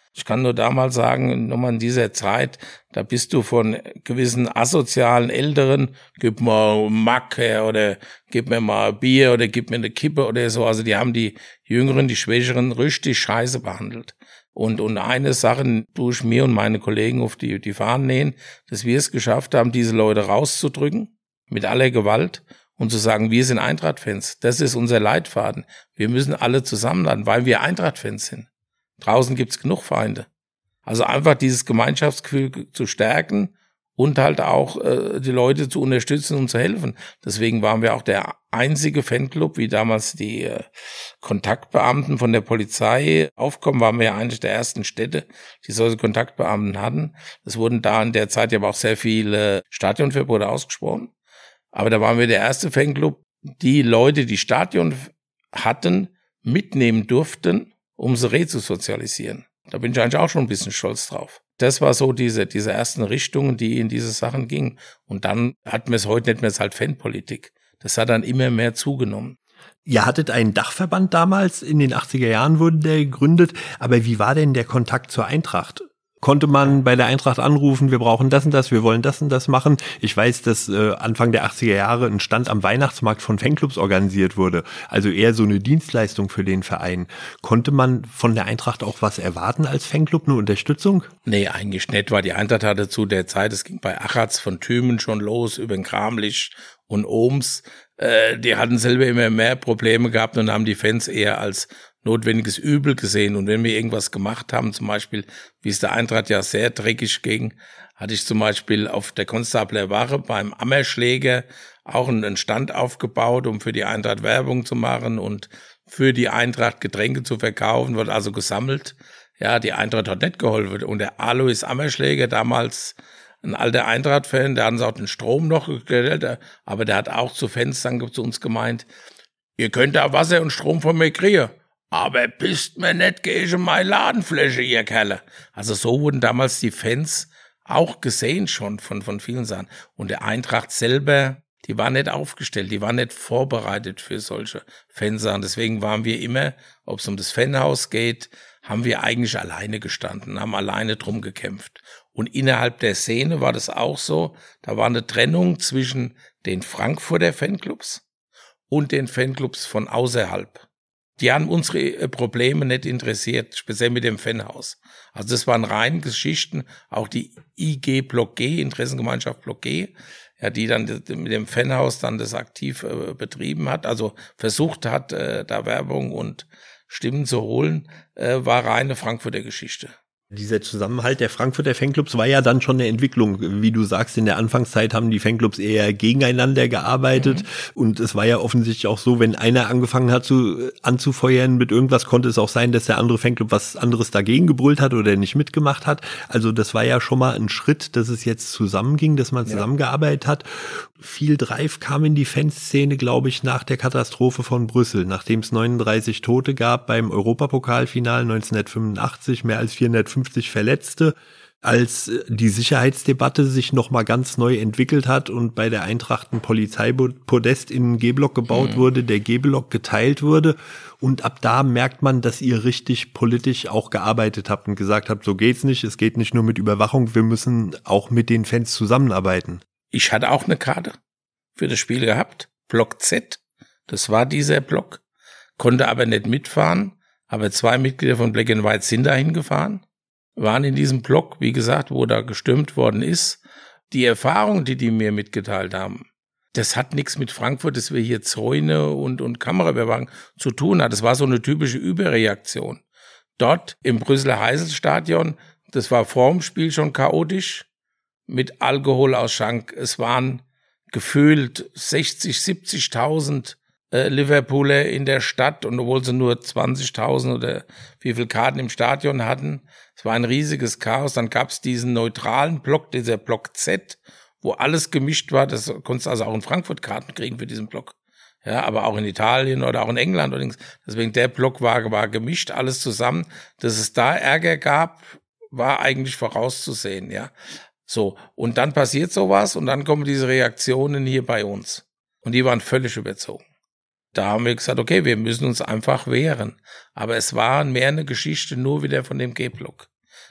S1: Ich kann nur damals sagen, nochmal in dieser Zeit, da bist du von gewissen asozialen Älteren, gib mal Mack her oder gib mir mal Bier oder gib mir eine Kippe oder so. Also die haben die Jüngeren, die Schwächeren richtig scheiße behandelt. Und, und eine Sache tue ich mir und meine Kollegen auf die, die Fahnen nähen, dass wir es geschafft haben, diese Leute rauszudrücken mit aller Gewalt und zu sagen, wir sind Eintracht-Fans. Das ist unser Leitfaden. Wir müssen alle zusammenhalten, weil wir Eintracht-Fans sind. Draußen gibt's genug Feinde. Also einfach dieses Gemeinschaftsgefühl zu stärken und halt auch äh, die Leute zu unterstützen und zu helfen. Deswegen waren wir auch der einzige Fanclub, wie damals die äh, Kontaktbeamten von der Polizei aufkommen, waren wir ja eigentlich der ersten Städte, die solche Kontaktbeamten hatten. Es wurden da in der Zeit ja aber auch sehr viele Stadionverbote ausgesprochen. Aber da waren wir der erste Fanclub, die Leute, die Stadion hatten, mitnehmen durften, um sie rezusozialisieren. Da bin ich eigentlich auch schon ein bisschen stolz drauf. Das war so diese, diese ersten Richtungen, die in diese Sachen gingen. Und dann hatten wir es heute nicht mehr, es ist halt Fanpolitik. Das hat dann immer mehr zugenommen.
S4: Ihr hattet einen Dachverband damals, in den achtziger Jahren wurde der gegründet. Aber wie war denn der Kontakt zur Eintracht? Konnte man bei der Eintracht anrufen, wir brauchen das und das, wir wollen das und das machen? Ich weiß, dass äh, Anfang der achtziger Jahre ein Stand am Weihnachtsmarkt von Fanclubs organisiert wurde. Also eher so eine Dienstleistung für den Verein. Konnte man von der Eintracht auch was erwarten als Fanclub, eine Unterstützung?
S1: Nee, eigentlich nicht, weil die Eintracht hatte zu der Zeit, es ging bei Achatz von Thümen schon los, über den Kramlich und Ohms. Äh, die hatten selber immer mehr Probleme gehabt und haben die Fans eher als notwendiges Übel gesehen. Und wenn wir irgendwas gemacht haben, zum Beispiel, wie es der Eintracht ja sehr dreckig ging, hatte ich zum Beispiel auf der Konstabler Wache beim Ammerschläger auch einen Stand aufgebaut, um für die Eintracht Werbung zu machen und für die Eintracht Getränke zu verkaufen, wird also gesammelt. Ja, die Eintracht hat nicht geholfen. Und der Alois Ammerschläger, damals ein alter Eintracht-Fan, der hat uns auch den Strom noch gestellt, aber der hat auch zu Fenstern zu uns gemeint, ihr könnt da Wasser und Strom von mir kriegen. Aber bist mir nicht, geh ich in meine Ladenfläche, ihr Kerle. Also so wurden damals die Fans auch gesehen schon von, von vielen Sachen. Und der Eintracht selber, die war nicht aufgestellt, die war nicht vorbereitet für solche Fansachen. Deswegen waren wir immer, ob es um das Fanhaus geht, haben wir eigentlich alleine gestanden, haben alleine drum gekämpft. Und innerhalb der Szene war das auch so, da war eine Trennung zwischen den Frankfurter Fanclubs und den Fanclubs von außerhalb. Die haben unsere Probleme nicht interessiert, speziell mit dem Fanhaus. Also das waren rein Geschichten, auch die I G Block G, Interessengemeinschaft Block G, ja, die dann mit dem Fanhaus dann das aktiv äh, betrieben hat, also versucht hat, äh, da Werbung und Stimmen zu holen, äh, war reine Frankfurter Geschichte.
S4: Dieser Zusammenhalt der Frankfurter Fanclubs war ja dann schon eine Entwicklung. Wie du sagst, in der Anfangszeit haben die Fanclubs eher gegeneinander gearbeitet. Mhm. Und es war ja offensichtlich auch so, wenn einer angefangen hat zu anzufeuern mit irgendwas, konnte es auch sein, dass der andere Fanclub was anderes dagegen gebrüllt hat oder nicht mitgemacht hat. Also das war ja schon mal ein Schritt, dass es jetzt zusammenging, dass man zusammengearbeitet hat. Viel Drive kam in die Fanszene, glaube ich, nach der Katastrophe von Brüssel, nachdem es neununddreißig Tote gab beim Europapokalfinal neunzehnhundertfünfundachtzig, mehr als vierhundertfünfzig Verletzte, als die Sicherheitsdebatte sich nochmal ganz neu entwickelt hat und bei der Eintracht ein Polizeipodest in den G-Block gebaut mhm. wurde, der G-Block geteilt wurde. Und ab da merkt man, dass ihr richtig politisch auch gearbeitet habt und gesagt habt, so geht's nicht, es geht nicht nur mit Überwachung, wir müssen auch mit den Fans zusammenarbeiten.
S1: Ich hatte auch eine Karte für das Spiel gehabt, Block Z, das war dieser Block, konnte aber nicht mitfahren, aber zwei Mitglieder von Black and White sind dahin gefahren, waren in diesem Block, wie gesagt, wo da gestürmt worden ist. Die Erfahrung, die die mir mitgeteilt haben, das hat nichts mit Frankfurt, dass wir hier Zäune und, und Kameraüberwachung zu tun hat. Das war so eine typische Überreaktion. Dort im Brüsseler Heiselstadion, das war vor dem Spiel schon chaotisch, mit Alkoholausschank. Es waren gefühlt sechzig, siebzigtausend äh, Liverpooler in der Stadt und obwohl sie nur zwanzigtausend oder wie viel Karten im Stadion hatten. Es war ein riesiges Chaos. Dann gab es diesen neutralen Block, dieser Block Z, wo alles gemischt war. Das konntest du also auch in Frankfurt Karten kriegen für diesen Block. Ja, aber auch in Italien oder auch in England. Deswegen der Block war, war gemischt, alles zusammen. Dass es da Ärger gab, war eigentlich vorauszusehen, ja. So, und dann passiert sowas und dann kommen diese Reaktionen hier bei uns. Und die waren völlig überzogen. Da haben wir gesagt, okay, wir müssen uns einfach wehren. Aber es war mehr eine Geschichte nur wieder von dem G-Block.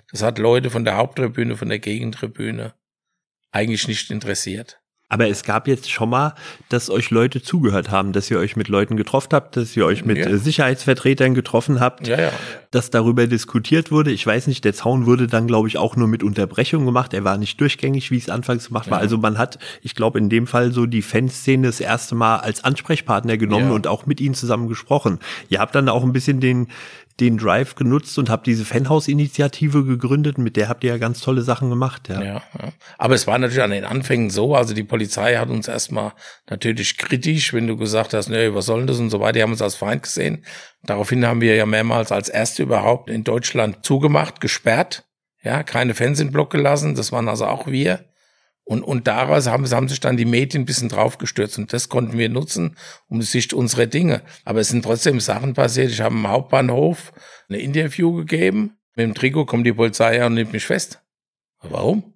S1: Das hat Leute von der Haupttribüne, von der Gegentribüne eigentlich nicht interessiert.
S4: Aber es gab jetzt schon mal, dass euch Leute zugehört haben, dass ihr euch mit Leuten getroffen habt, dass ihr euch mit ja. Sicherheitsvertretern getroffen habt,
S1: ja, ja.
S4: dass darüber diskutiert wurde. Ich weiß nicht, der Zaun wurde dann, glaube ich, auch nur mit Unterbrechung gemacht. Er war nicht durchgängig, wie es anfangs gemacht ja. war. Also man hat, ich glaube, in dem Fall so die Fanszene das erste Mal als Ansprechpartner genommen ja. und auch mit ihnen zusammen gesprochen. Ihr habt dann auch ein bisschen den den Drive genutzt und habt diese Fanhaus-Initiative gegründet, mit der habt ihr ja ganz tolle Sachen gemacht. Ja.
S1: Ja, ja. Aber es war natürlich an den Anfängen so, also die Polizei hat uns erstmal natürlich kritisch, wenn du gesagt hast, nee, was soll denn das und so weiter, die haben uns als Feind gesehen. Daraufhin haben wir ja mehrmals als Erste überhaupt in Deutschland zugemacht, gesperrt, ja, keine Fans in Block gelassen, das waren also auch wir. Und, und daraus haben, haben sich dann die Medien ein bisschen draufgestürzt und das konnten wir nutzen, um die Sicht unserer Dinge. Aber es sind trotzdem Sachen passiert. Ich habe im Hauptbahnhof ein Interview gegeben. Mit dem Trikot kommt die Polizei her und nimmt mich fest. Warum?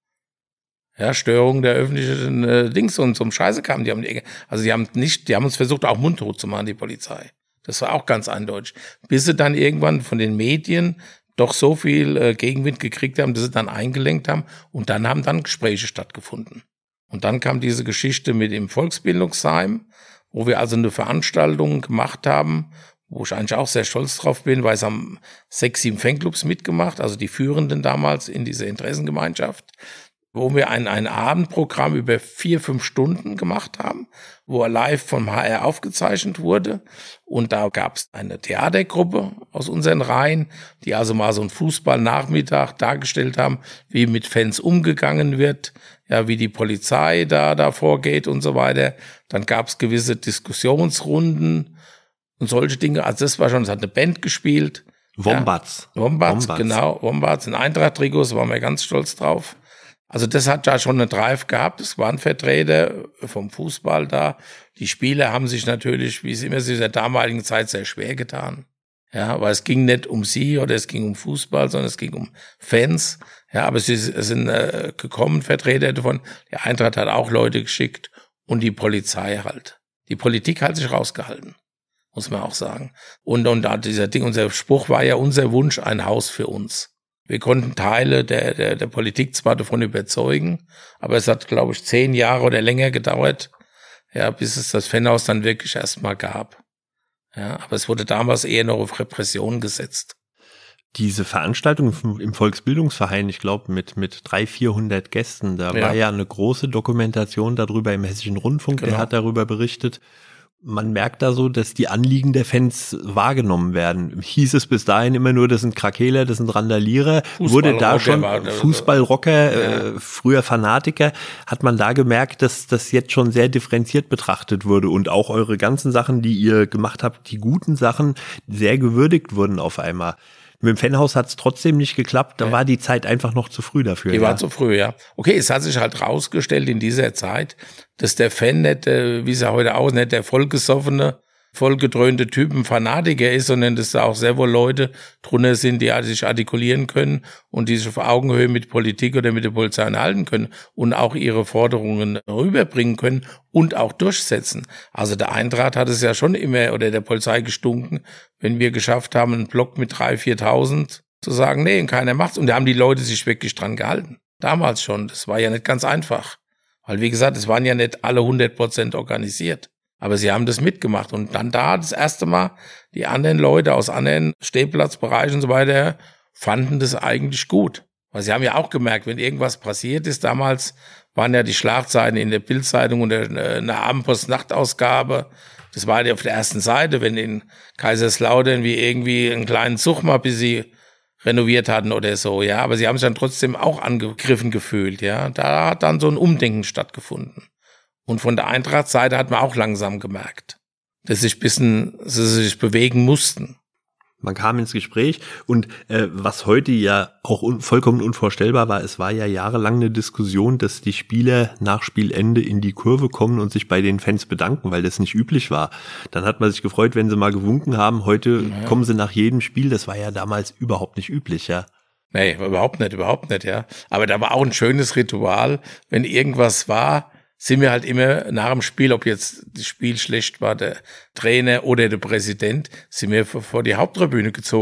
S1: Ja, Störung der öffentlichen äh, Dings und zum Scheiße kamen. Die haben, also die haben nicht, die haben uns versucht, auch mundtot zu machen, die Polizei. Das war auch ganz eindeutig. Bis sie dann irgendwann von den Medien doch so viel äh, Gegenwind gekriegt haben, dass sie dann eingelenkt haben und dann haben dann Gespräche stattgefunden. Und dann kam diese Geschichte mit dem Volksbildungsheim, wo wir also eine Veranstaltung gemacht haben, wo ich eigentlich auch sehr stolz drauf bin, weil es haben sechs, sieben Fanclubs mitgemacht, also die Führenden damals in dieser Interessengemeinschaft, wo wir ein, ein Abendprogramm über vier, fünf Stunden gemacht haben, wo er live vom H R aufgezeichnet wurde. Und da gab es eine Theatergruppe aus unseren Reihen, die also mal so einen Fußballnachmittag dargestellt haben, wie mit Fans umgegangen wird, ja, wie die Polizei da, da vorgeht und so weiter. Dann gab es gewisse Diskussionsrunden und solche Dinge. Also das war schon, es hat eine Band gespielt.
S4: Wombats.
S1: Ja, Wombats, Wombats, genau, Wombats in Eintracht-Trikots, waren wir ganz stolz drauf. Also das hat ja schon einen Drive gehabt. Es waren Vertreter vom Fußball da. Die Spieler haben sich natürlich, wie es immer in der damaligen Zeit, sehr schwer getan. Ja, weil es ging nicht um sie oder es ging um Fußball, sondern es ging um Fans. Ja, aber sie sind äh, gekommen, Vertreter davon. Die Eintracht hat auch Leute geschickt und die Polizei halt. Die Politik hat sich rausgehalten, muss man auch sagen. Und, und da dieser Ding, unser Spruch war ja unser Wunsch, ein Haus für uns. Wir konnten Teile der, der, der Politik zwar davon überzeugen, aber es hat, glaube ich, zehn Jahre oder länger gedauert, ja, bis es das Fanhaus dann wirklich erstmal gab. Ja, aber es wurde damals eher noch auf Repression gesetzt.
S4: Diese Veranstaltung im Volksbildungsverein, ich glaube mit mit dreihundert, vierhundert Gästen, da ja. war ja eine große Dokumentation darüber im Hessischen Rundfunk, genau. Der hat darüber berichtet. Man merkt da so, dass die Anliegen der Fans wahrgenommen werden. Hieß es bis dahin immer nur, das sind Krakeler, das sind Randalierer. Wurde da schon Fußballrocker, ja. äh, früher Fanatiker, hat man da gemerkt, dass das jetzt schon sehr differenziert betrachtet wurde und auch eure ganzen Sachen, die ihr gemacht habt, die guten Sachen, sehr gewürdigt wurden auf einmal. Mit dem Fanhaus hat es trotzdem nicht geklappt, da ja. war die Zeit einfach noch zu früh dafür.
S1: Die
S4: ja.
S1: war zu früh, ja. Okay, es hat sich halt rausgestellt in dieser Zeit, dass der Fan nicht, äh, wie es ja heute auch, nicht der vollgesoffene, vollgedröhnte Typen Fanatiker ist, sondern dass da auch sehr wohl Leute drunter sind, die sich artikulieren können und die sich auf Augenhöhe mit Politik oder mit der Polizei halten können und auch ihre Forderungen rüberbringen können und auch durchsetzen. Also der Eintracht hat es ja schon immer, oder der Polizei gestunken, wenn wir geschafft haben, einen Block mit dreitausend, viertausend zu sagen, nee, keiner macht's. Und da haben die Leute sich wirklich dran gehalten. Damals schon. Das war ja nicht ganz einfach. Weil, wie gesagt, es waren ja nicht alle hundert Prozent organisiert. Aber sie haben das mitgemacht. Und dann da das erste Mal, die anderen Leute aus anderen Stehplatzbereichen und so weiter fanden das eigentlich gut. Weil sie haben ja auch gemerkt, wenn irgendwas passiert ist, damals waren ja die Schlagzeilen in der Bildzeitung und eine Abendpost-Nachtausgabe. Das war ja auf der ersten Seite, wenn in Kaiserslautern wie irgendwie einen kleinen Zug mal bis sie renoviert hatten oder so, ja. Aber sie haben sich dann trotzdem auch angegriffen gefühlt, ja. Da hat dann so ein Umdenken stattgefunden. Und von der Eintracht-Seite hat man auch langsam gemerkt, dass sich bisschen, dass sie sich bewegen mussten.
S4: Man kam ins Gespräch und äh, was heute ja auch un- vollkommen unvorstellbar war, es war ja jahrelang eine Diskussion, dass die Spieler nach Spielende in die Kurve kommen und sich bei den Fans bedanken, weil das nicht üblich war. Dann hat man sich gefreut, wenn sie mal gewunken haben. Heute ja. kommen sie nach jedem Spiel. Das war ja damals überhaupt nicht üblich, ja.
S1: Nee, überhaupt nicht, überhaupt nicht, ja. Aber da war auch ein schönes Ritual, wenn irgendwas war, sind wir halt immer nach dem Spiel, ob jetzt das Spiel schlecht war, der Trainer oder der Präsident, sind wir vor die Haupttribüne gezogen.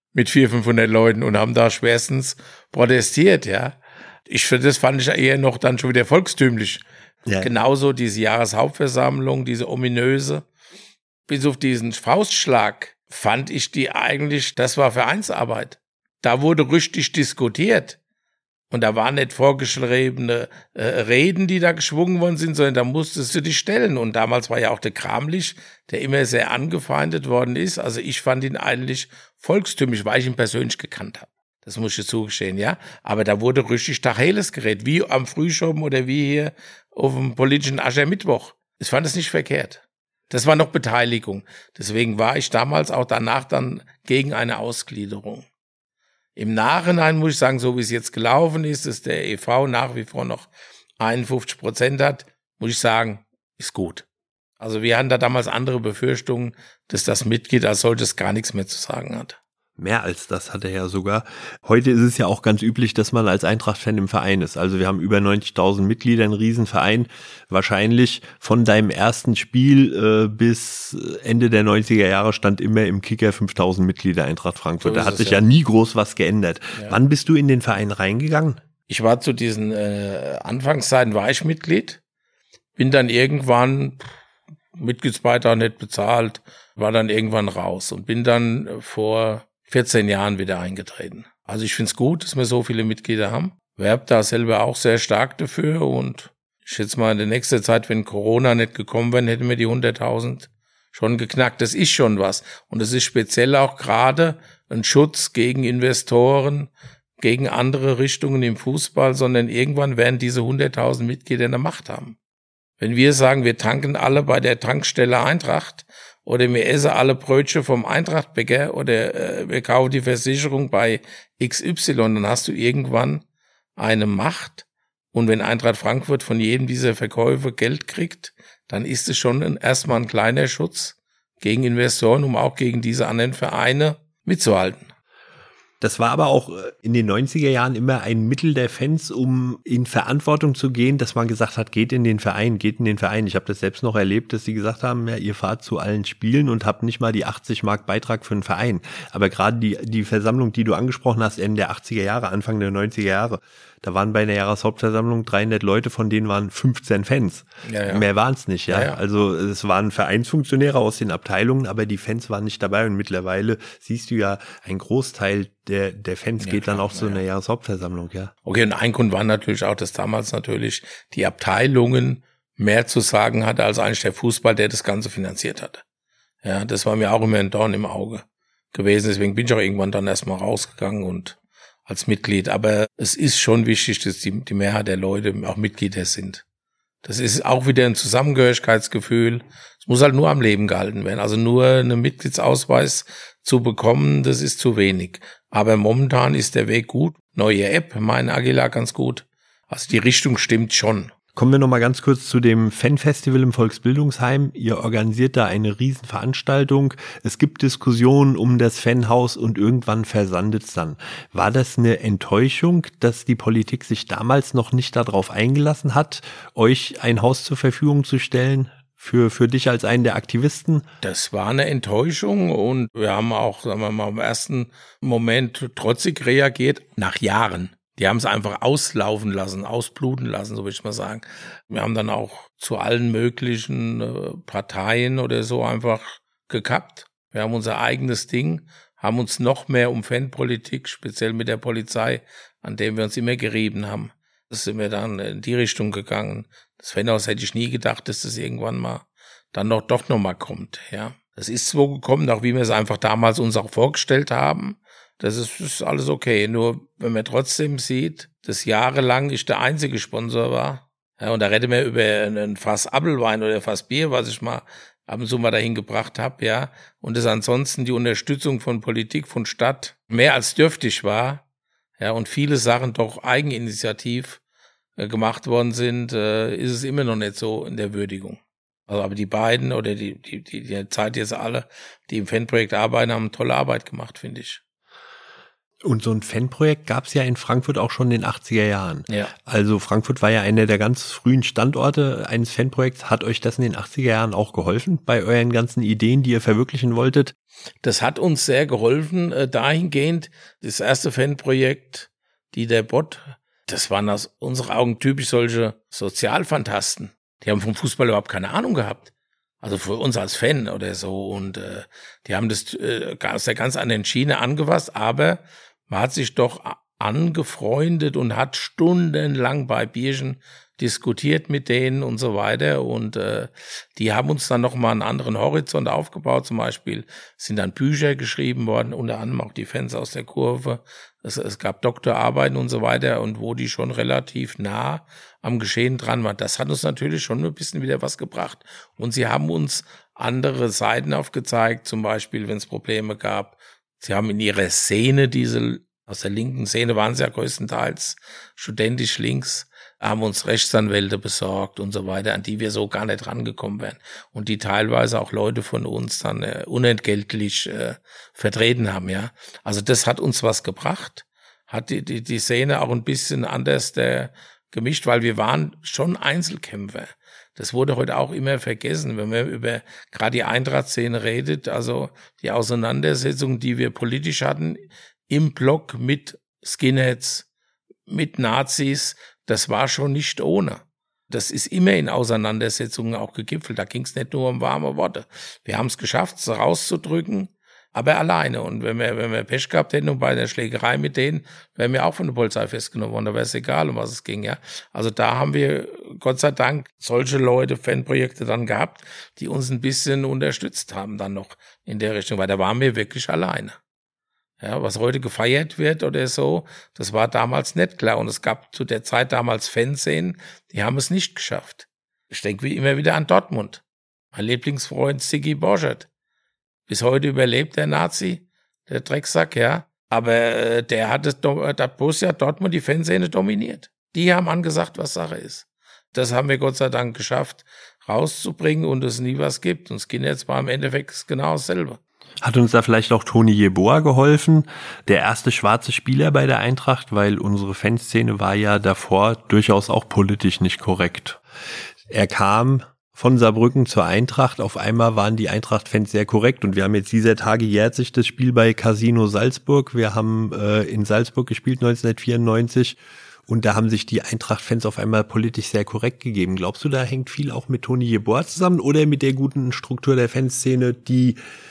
S1: mit vierhundert, fünfhundert Leuten und haben da schwerstens protestiert, ja. Ich finde, das fand ich eher noch dann schon wieder volkstümlich. Ja. Genauso diese Jahreshauptversammlung, diese ominöse, bis auf diesen Faustschlag fand ich die eigentlich, das war Vereinsarbeit. Da wurde richtig diskutiert. Und da waren nicht vorgeschriebene äh, Reden, die da geschwungen worden sind, sondern da musstest du dich stellen. Und damals war ja auch der Kramlich, der immer sehr angefeindet worden ist. Also ich fand ihn eigentlich volkstümlich, weil ich ihn persönlich gekannt habe. Das muss ich zugestehen, ja. Aber da wurde richtig Tacheles geredet, wie am Frühschoppen oder wie hier auf dem politischen Aschermittwoch. Ich fand es nicht verkehrt. Das war noch Beteiligung. Deswegen war ich damals auch danach dann gegen eine Ausgliederung. Im Nachhinein muss ich sagen, so wie es jetzt gelaufen ist, dass der E V nach wie vor noch einundfünfzig Prozent hat, muss ich sagen, ist gut. Also wir hatten da damals andere Befürchtungen, dass das Mitglied als solches gar nichts mehr zu sagen hat.
S4: Mehr als das hat er ja sogar. Heute ist es ja auch ganz üblich, dass man als Eintracht-Fan im Verein ist. Also wir haben über neunzigtausend Mitglieder, einen Riesenverein. Wahrscheinlich von deinem ersten Spiel äh, bis Ende der neunziger Jahre stand immer im Kicker fünftausend Mitglieder Eintracht Frankfurt. So da hat es, sich ja. ja nie groß was geändert. Ja. Wann bist du in den Verein reingegangen?
S1: Ich war zu diesen äh, Anfangszeiten war ich Mitglied. Bin dann irgendwann, Mitgliedsbeitrag nicht bezahlt, war dann irgendwann raus und bin dann vor vierzehn Jahren wieder eingetreten. Also ich finde es gut, dass wir so viele Mitglieder haben. Werb da selber auch sehr stark dafür und ich schätze mal in der nächsten Zeit, wenn Corona nicht gekommen wäre, hätten wir die hunderttausend schon geknackt. Das ist schon was. Und es ist speziell auch gerade ein Schutz gegen Investoren, gegen andere Richtungen im Fußball, sondern irgendwann werden diese hunderttausend Mitglieder eine Macht haben. Wenn wir sagen, wir tanken alle bei der Tankstelle Eintracht, oder wir essen alle Brötchen vom Eintrachtbäcker oder äh, wir kaufen die Versicherung bei X Y, dann hast du irgendwann eine Macht. Und wenn Eintracht Frankfurt von jedem dieser Verkäufe Geld kriegt, dann ist es schon ein, erstmal ein kleiner Schutz gegen Investoren, um auch gegen diese anderen Vereine mitzuhalten.
S4: Das war aber auch in den neunziger Jahren immer ein Mittel der Fans, um in Verantwortung zu gehen, dass man gesagt hat, geht in den Verein, geht in den Verein. Ich habe das selbst noch erlebt, dass sie gesagt haben, ja, ihr fahrt zu allen Spielen und habt nicht mal die achtzig Mark Beitrag für einen Verein. Aber gerade die die Versammlung, die du angesprochen hast, Ende der achtziger Jahre, Anfang der neunziger Jahre, da waren bei einer Jahreshauptversammlung dreihundert Leute, von denen waren fünfzehn Fans. Ja, ja. Mehr waren es nicht, ja? Ja, ja. Also es waren Vereinsfunktionäre aus den Abteilungen, aber die Fans waren nicht dabei. Und mittlerweile siehst du ja, ein Großteil der der Fans ja, geht klar, dann auch zu ja. einer Jahreshauptversammlung, ja.
S1: Okay, und ein Grund war natürlich auch, dass damals natürlich die Abteilungen mehr zu sagen hatte als eigentlich der Fußball, der das Ganze finanziert hatte. Ja, das war mir auch immer ein Dorn im Auge gewesen. Deswegen bin ich auch irgendwann dann erstmal rausgegangen und als Mitglied. Aber es ist schon wichtig, dass die, die Mehrheit der Leute auch Mitglieder sind. Das ist auch wieder ein Zusammengehörigkeitsgefühl. Es muss halt nur am Leben gehalten werden. Also nur einen Mitgliedsausweis zu bekommen, das ist zu wenig. Aber momentan ist der Weg gut. Neue App, meine Agila, ganz gut. Also die Richtung stimmt schon.
S4: Kommen wir noch mal ganz kurz zu dem Fanfestival im Volksbildungsheim. Ihr organisiert da eine Riesenveranstaltung. Es gibt Diskussionen um das Fanhaus und irgendwann versandet es dann. War das eine Enttäuschung, dass die Politik sich damals noch nicht darauf eingelassen hat, euch ein Haus zur Verfügung zu stellen? Für, für dich als einen der Aktivisten?
S1: Das war eine Enttäuschung und wir haben auch, sagen wir mal, im ersten Moment trotzig reagiert, nach Jahren. Die haben es einfach auslaufen lassen, ausbluten lassen, so würde ich mal sagen. Wir haben dann auch zu allen möglichen äh, Parteien oder so einfach gekappt. Wir haben unser eigenes Ding, haben uns noch mehr um Fanpolitik, speziell mit der Polizei, an dem wir uns immer gerieben haben. Das sind wir dann in die Richtung gegangen. Das Fanhaus hätte ich nie gedacht, dass das irgendwann mal dann noch doch noch mal kommt. Ja, das ist so gekommen, auch wie wir es einfach damals uns auch vorgestellt haben. Das ist, ist alles okay. Nur wenn man trotzdem sieht, dass jahrelang ich der einzige Sponsor war, ja, und da reden wir über einen Fass Apfelwein oder Fass Bier, was ich mal ab und zu mal dahin gebracht habe, ja, und dass ansonsten die Unterstützung von Politik, von Stadt mehr als dürftig war, ja, und viele Sachen doch eigeninitiativ äh, gemacht worden sind, äh, ist es immer noch nicht so in der Würdigung. Also, aber die beiden oder die, die, die, die Zeit jetzt alle, die im Fanprojekt arbeiten, haben tolle Arbeit gemacht, finde ich.
S4: Und so ein Fanprojekt gab es ja in Frankfurt auch schon in den achtziger Jahren.
S1: Ja.
S4: Also Frankfurt war ja einer der ganz frühen Standorte eines Fanprojekts. Hat euch das in den achtziger Jahren auch geholfen bei euren ganzen Ideen, die ihr verwirklichen wolltet?
S1: Das hat uns sehr geholfen, äh, dahingehend. Das erste Fanprojekt, die der Bott, das waren aus unseren Augen typisch solche Sozialfantasten. Die haben vom Fußball überhaupt keine Ahnung gehabt. Also für uns als Fan oder so. Und äh, die haben das äh, aus der ganz anderen Schiene angefasst, aber man hat sich doch angefreundet und hat stundenlang bei Bierchen diskutiert mit denen und so weiter. Und äh, die haben uns dann nochmal einen anderen Horizont aufgebaut. Zum Beispiel sind dann Bücher geschrieben worden, unter anderem auch die Fans aus der Kurve. Es, es gab Doktorarbeiten und so weiter, und wo die schon relativ nah am Geschehen dran waren. Das hat uns natürlich schon ein bisschen wieder was gebracht. Und sie haben uns andere Seiten aufgezeigt, zum Beispiel, wenn es Probleme gab. Sie haben in ihrer Szene, diese aus der linken Szene waren sie ja größtenteils studentisch links, haben uns Rechtsanwälte besorgt und so weiter, an die wir so gar nicht rangekommen wären. Und die teilweise auch Leute von uns dann äh, unentgeltlich äh, vertreten haben, ja. Also das hat uns was gebracht, hat die, die, die Szene auch ein bisschen anders äh, gemischt, weil wir waren schon Einzelkämpfer. Das wurde heute auch immer vergessen, wenn man über gerade die Eintracht-Szene redet, also die Auseinandersetzung, die wir politisch hatten, im Block mit Skinheads, mit Nazis, das war schon nicht ohne. Das ist immer in Auseinandersetzungen auch gegipfelt. Da ging es nicht nur um warme Worte. Wir haben es geschafft, es rauszudrücken, aber alleine. Und wenn wir, wenn wir Pech gehabt hätten und bei der Schlägerei mit denen, wären wir auch von der Polizei festgenommen worden. Da wäre es egal, um was es ging, ja. Also da haben wir Gott sei Dank solche Leute, Fanprojekte dann gehabt, die uns ein bisschen unterstützt haben dann noch in der Richtung, weil da waren wir wirklich alleine. Ja, was heute gefeiert wird oder so, das war damals nicht klar. Und es gab zu der Zeit damals Fanszenen, die haben es nicht geschafft. Ich denke wie immer wieder an Dortmund. Mein Lieblingsfreund Sigi Borchert. Bis heute überlebt der Nazi, der Drecksack, ja. Aber äh, der hat es, der Borussia Dortmund die Fanszene dominiert. Die haben angesagt, was Sache ist. Das haben wir Gott sei Dank geschafft, rauszubringen, und es nie was gibt. Und Skinheads war im Endeffekt genau dasselbe.
S4: Hat uns da vielleicht auch Toni Jeboa geholfen, der erste schwarze Spieler bei der Eintracht, weil unsere Fanszene war ja davor durchaus auch politisch nicht korrekt. Er kam von Saarbrücken zur Eintracht, auf einmal waren die Eintracht-Fans sehr korrekt, und wir haben jetzt dieser Tage jährt sich das Spiel bei Casino Salzburg. Wir haben äh, in Salzburg gespielt neunzehnhundertvierundneunzig, und da haben sich die Eintracht-Fans auf einmal politisch sehr korrekt gegeben. Glaubst du, da hängt viel auch mit Toni Jeboa zusammen oder mit der guten Struktur der Fanszene, die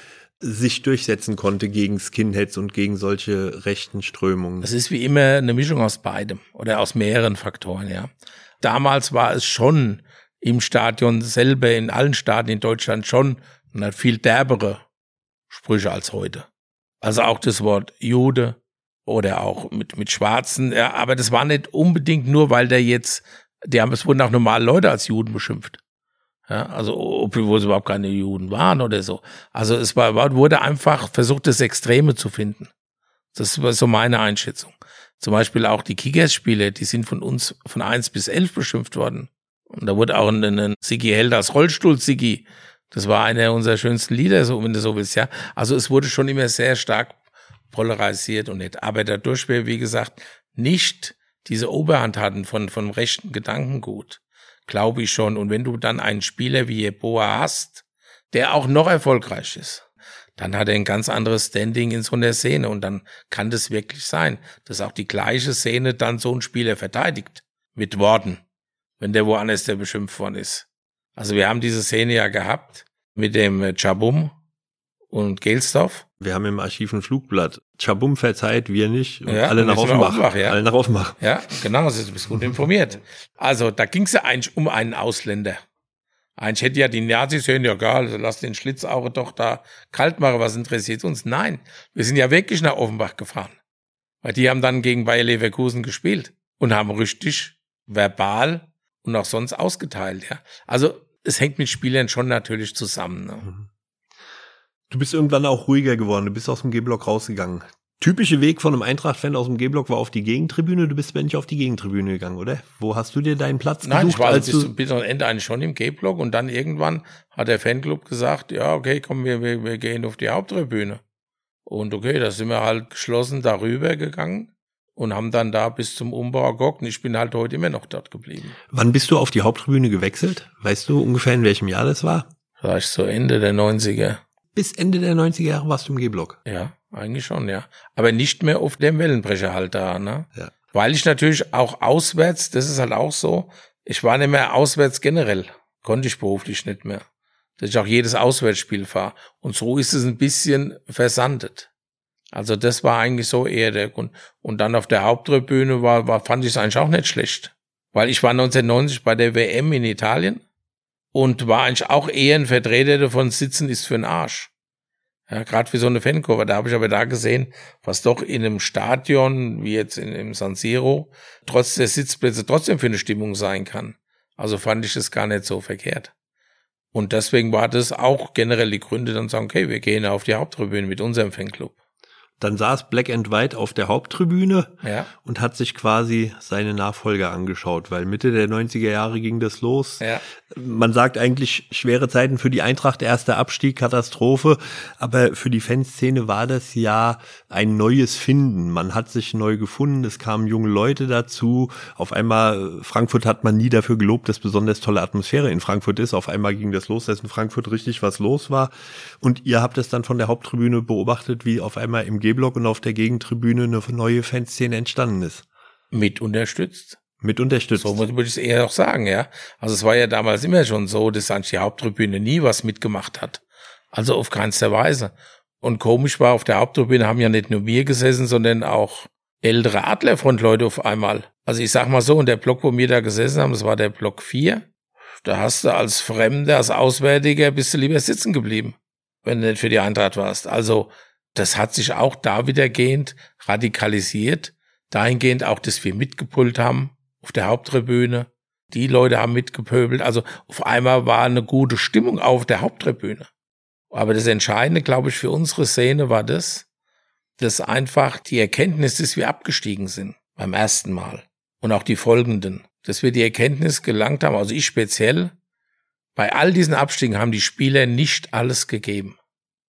S4: sich durchsetzen konnte gegen Skinheads und gegen solche rechten Strömungen?
S1: Es ist wie immer eine Mischung aus beidem oder aus mehreren Faktoren, ja. Damals war es schon im Stadion selber, in allen Stadien in Deutschland schon viel derbere Sprüche als heute. Also auch das Wort Jude oder auch mit, mit Schwarzen, ja, aber das war nicht unbedingt nur, weil der jetzt, die haben, es wurden auch normale Leute als Juden beschimpft. Ja, also, obwohl es überhaupt keine Juden waren oder so. Also, es war, wurde einfach versucht, das Extreme zu finden. Das war so meine Einschätzung. Zum Beispiel auch die Kickers-Spiele, die sind von uns von eins bis elf beschimpft worden. Und da wurde auch ein, ein Sigi Held als Rollstuhl-Sigi. Das war einer unserer schönsten Lieder, so, wenn du so willst, ja. Also, es wurde schon immer sehr stark polarisiert und nicht. Aber dadurch wir, wie gesagt, nicht diese Oberhand hatten von, von rechten Gedankengut. Glaube ich schon. Und wenn du dann einen Spieler wie Jeboa hast, der auch noch erfolgreich ist, dann hat er ein ganz anderes Standing in so einer Szene. Und dann kann das wirklich sein, dass auch die gleiche Szene dann so einen Spieler verteidigt. Mit Worten. Wenn der woanders der beschimpft worden ist. Also wir haben diese Szene ja gehabt mit dem Chabum und Gelsdorf.
S4: Wir haben im Archiv ein Flugblatt. Chabum verzeiht, wir nicht. Und
S1: ja,
S4: alle
S1: und
S4: nach Offenbach.
S1: Offenbach ja.
S4: Alle nach Offenbach.
S1: Ja, genau, du bist gut informiert. Also, da ging es ja eigentlich um einen Ausländer. Eigentlich hätte ja die Nazis hören, ja egal, also lass den Schlitzaure doch da kalt machen, was interessiert uns? Nein, wir sind ja wirklich nach Offenbach gefahren. Weil die haben dann gegen Bayer Leverkusen gespielt und haben richtig verbal und auch sonst ausgeteilt, ja. Also, es hängt mit Spielern schon natürlich zusammen, ne?
S4: Mhm. Du bist irgendwann auch ruhiger geworden, du bist aus dem G-Block rausgegangen. Typische Weg von einem Eintracht-Fan aus dem G-Block war auf die Gegentribüne, du bist aber nicht auf die Gegentribüne gegangen, oder? Wo hast du dir deinen Platz gesucht?
S1: Nein, ich war
S4: als
S1: bis zum bis zum Ende eigentlich schon im G-Block, und dann irgendwann hat der Fanclub gesagt, ja okay, komm, wir, wir, wir gehen auf die Haupttribüne. Und okay, da sind wir halt geschlossen darüber gegangen und haben dann da bis zum Umbau geguckt. Und ich bin halt heute immer noch dort geblieben.
S4: Wann bist du auf die Haupttribüne gewechselt? Weißt du ungefähr, in welchem Jahr das war?
S1: Vielleicht so Ende der neunziger.
S4: Bis Ende der neunziger Jahre warst du im G-Block?
S1: Ja, eigentlich schon, ja. Aber nicht mehr auf dem Wellenbrecher halt da, ne?
S4: Ja.
S1: Weil ich natürlich auch auswärts, das ist halt auch so, ich war nicht mehr auswärts generell. Konnte ich beruflich nicht mehr. Dass ich auch jedes Auswärtsspiel fahre. Und so ist es ein bisschen versandet. Also das war eigentlich so eher der Grund. Und dann auf der Haupttribüne war, war fand ich es eigentlich auch nicht schlecht. Weil ich war neunzehnhundertneunzig bei der W M in Italien und war eigentlich auch eher ein Vertreter davon, Sitzen ist für den Arsch. Ja, gerade für so eine Fankurve. Da habe ich aber da gesehen, was doch in einem Stadion, wie jetzt in, im San Siro, trotz der Sitzplätze trotzdem für eine Stimmung sein kann. Also fand ich es gar nicht so verkehrt. Und deswegen war das auch generell die Gründe, dann sagen, okay, wir gehen auf die Haupttribüne mit unserem Fanclub.
S4: Dann saß Black and White auf der Haupttribüne
S1: Ja.
S4: und hat sich quasi seine Nachfolger angeschaut, weil Mitte der neunziger Jahre ging das los.
S1: Ja.
S4: Man sagt eigentlich schwere Zeiten für die Eintracht, erster Abstieg, Katastrophe, aber für die Fanszene war das ja ein neues Finden. Man hat sich neu gefunden, es kamen junge Leute dazu. Auf einmal, Frankfurt hat man nie dafür gelobt, dass besonders tolle Atmosphäre in Frankfurt ist. Auf einmal ging das los, dass in Frankfurt richtig was los war. Und ihr habt es dann von der Haupttribüne beobachtet, wie auf einmal im G-Block und auf der Gegentribüne eine neue Fanszene entstanden ist.
S1: Mit unterstützt.
S4: Mit unterstützt.
S1: So würde ich es eher auch sagen, ja. Also es war ja damals immer schon so, dass eigentlich die Haupttribüne nie was mitgemacht hat. Also auf keinster Weise. Und komisch war, auf der Haupttribüne haben ja nicht nur wir gesessen, sondern auch ältere Adlerfrontleute auf einmal. Also ich sag mal so, und der Block, wo wir da gesessen haben, das war der Block vier. Da hast du als Fremder, als Auswärtiger, bist du lieber sitzen geblieben, wenn du nicht für die Eintracht warst. Also das hat sich auch da wiedergehend radikalisiert. Dahingehend auch, dass wir mitgepult haben auf der Haupttribüne. Die Leute haben mitgepöbelt. Also auf einmal war eine gute Stimmung auf der Haupttribüne. Aber das Entscheidende, glaube ich, für unsere Szene war das, dass einfach die Erkenntnis, dass wir abgestiegen sind beim ersten Mal und auch die folgenden, dass wir die Erkenntnis gelangt haben, also ich speziell, bei all diesen Abstiegen haben die Spieler nicht alles gegeben.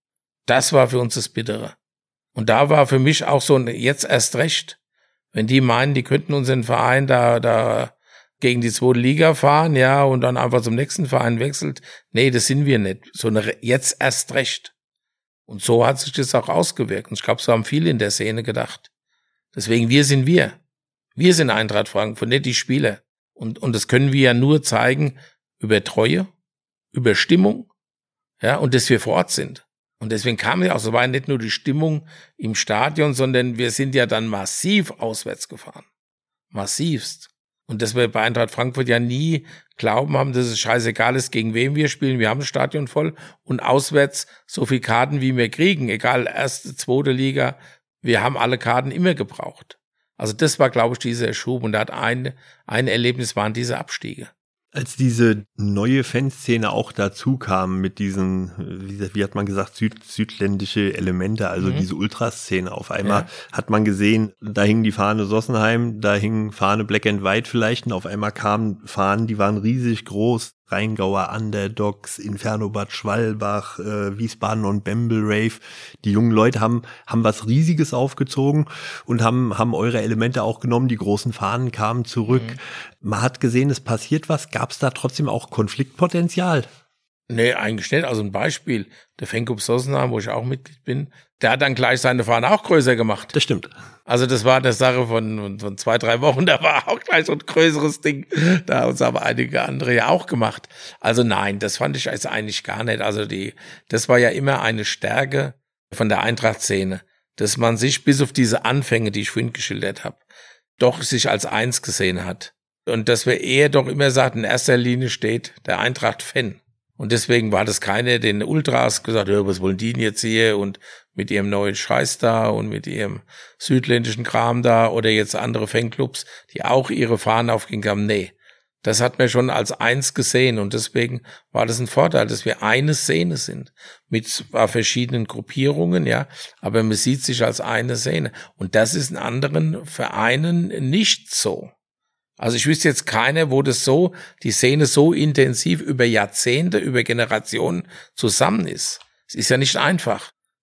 S1: Das war für uns das Bittere. Und da war für mich auch so ein jetzt erst recht, wenn die meinen, die könnten unseren Verein da da gegen die zweite Liga fahren, ja, und dann einfach zum nächsten Verein wechselt. Nee, das sind wir nicht. So eine jetzt erst recht. Und so hat sich das auch ausgewirkt. Und ich glaube, so haben viele in der Szene gedacht. Deswegen, wir sind wir. Wir sind Eintracht Frankfurt, nicht die Spieler. Und und das können wir ja nur zeigen über Treue, über Stimmung, ja, und dass wir vor Ort sind. Und deswegen kam ja auch, so war nicht nur die Stimmung im Stadion, sondern wir sind ja dann massiv auswärts gefahren. Massivst. Und dass wir bei Eintracht Frankfurt ja nie glauben haben, dass es scheißegal ist, gegen wen wir spielen. Wir haben das Stadion voll und auswärts so viel Karten, wie wir kriegen. Egal, erste, zweite Liga. Wir haben alle Karten immer gebraucht. Also das war, glaube ich, dieser Schub. Und da hat ein, ein Erlebnis waren diese Abstiege.
S4: Als diese neue Fanszene auch dazu kam mit diesen, wie, wie hat man gesagt, süd, südländische Elemente, also mhm. diese Ultraszene. Auf einmal ja. hat man gesehen, da hing die Fahne Sossenheim, da hing Fahne Black and White vielleicht und auf einmal kamen Fahnen, die waren riesig groß. Rheingauer Underdogs, Inferno Bad Schwalbach, äh, Wiesbaden und Bamble Rave. Die jungen Leute haben haben was Riesiges aufgezogen und haben haben eure Elemente auch genommen. Die großen Fahnen kamen zurück. Mhm. Man hat gesehen, es passiert was. Gab es da trotzdem auch Konfliktpotenzial?
S1: Nee, eigentlich nicht. Also ein Beispiel, der Fanclub Sossenheim, wo ich auch Mitglied bin, der hat dann gleich seine Fahne auch größer gemacht.
S4: Das stimmt.
S1: Also das war eine Sache von, von zwei, drei Wochen, da war auch gleich so ein größeres Ding. Da haben uns aber einige andere ja auch gemacht. Also nein, das fand ich also eigentlich gar nicht. Also die, das war ja immer eine Stärke von der Eintracht-Szene, dass man sich bis auf diese Anfänge, die ich vorhin geschildert habe, doch sich als eins gesehen hat. Und dass wir eher doch immer sagten, in erster Linie steht der Eintracht-Fan. Und deswegen war das keine, den Ultras gesagt, ja, was wollen die denn jetzt hier und mit ihrem neuen Scheiß da und mit ihrem südländischen Kram da oder jetzt andere Fanclubs, die auch ihre Fahnen aufgingen haben. Nee, das hat man schon als eins gesehen und deswegen war das ein Vorteil, dass wir eine Szene sind mit zwar verschiedenen Gruppierungen, ja, aber man sieht sich als eine Szene. Und das ist in anderen Vereinen nicht so. Also ich wüsste jetzt keiner, wo das so, die Szene so intensiv über Jahrzehnte, über Generationen zusammen ist. Es ist ja nicht einfach.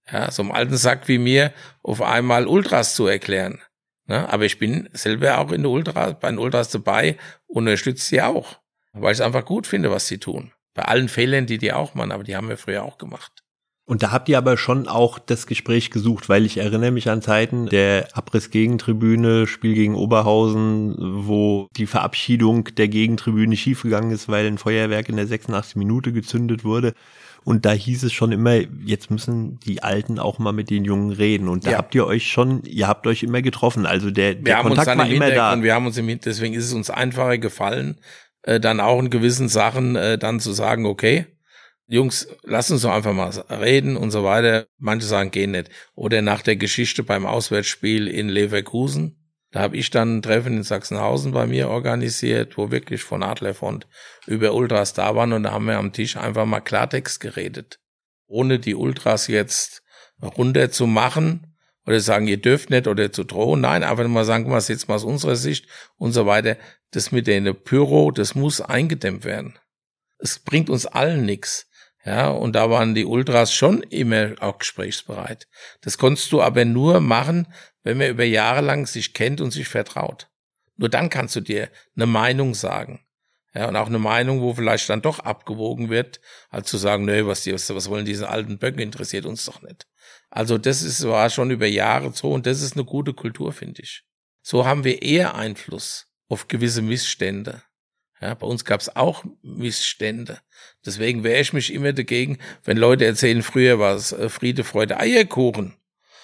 S1: Ja, so einem alten Sack wie mir auf einmal Ultras zu erklären. Ne? Aber ich bin selber auch in der Ultras, bei den Ultras dabei und unterstütze sie auch, weil ich es einfach gut finde, was sie tun. Bei allen Fehlern, die die auch machen, aber die haben wir früher auch gemacht.
S4: Und da habt ihr aber schon auch das Gespräch gesucht, weil ich erinnere mich an Zeiten der Abriss-Gegentribüne, Spiel gegen Oberhausen, wo die Verabschiedung der Gegentribüne schiefgegangen ist, weil ein Feuerwerk in der sechsundachtzigsten Minute gezündet wurde. Und da hieß es schon immer, jetzt müssen die Alten auch mal mit den Jungen reden. Und da ja. habt ihr euch schon, ihr habt euch immer getroffen. Also der, der Kontakt war immer da.
S1: Und wir haben uns im, deswegen ist es uns einfacher gefallen, äh, dann auch in gewissen Sachen äh, dann zu sagen, okay, Jungs, lasst uns doch einfach mal reden und so weiter. Manche sagen, gehen nicht. Oder nach der Geschichte beim Auswärtsspiel in Leverkusen, da habe ich dann ein Treffen in Sachsenhausen bei mir organisiert, wo wirklich von Adlerfront über Ultras da waren und da haben wir am Tisch einfach mal Klartext geredet. Ohne die Ultras jetzt runter zu machen oder sagen, ihr dürft nicht oder zu drohen. Nein, einfach mal sagen, was jetzt mal aus unserer Sicht und so weiter. Das mit der Pyro, das muss eingedämmt werden. Es bringt uns allen nichts. Ja, und da waren die Ultras schon immer auch gesprächsbereit. Das konntest du aber nur machen, wenn man über Jahre lang sich kennt und sich vertraut. Nur dann kannst du dir eine Meinung sagen. Ja, und auch eine Meinung, wo vielleicht dann doch abgewogen wird, als zu sagen, nö, was die, was wollen diese alten Böcke, interessiert uns doch nicht. Also das ist, war schon über Jahre so und das ist eine gute Kultur, finde ich. So haben wir eher Einfluss auf gewisse Missstände. Ja, bei uns gab es auch Missstände. Deswegen wehre ich mich immer dagegen, wenn Leute erzählen, früher war es Friede, Freude, Eierkuchen.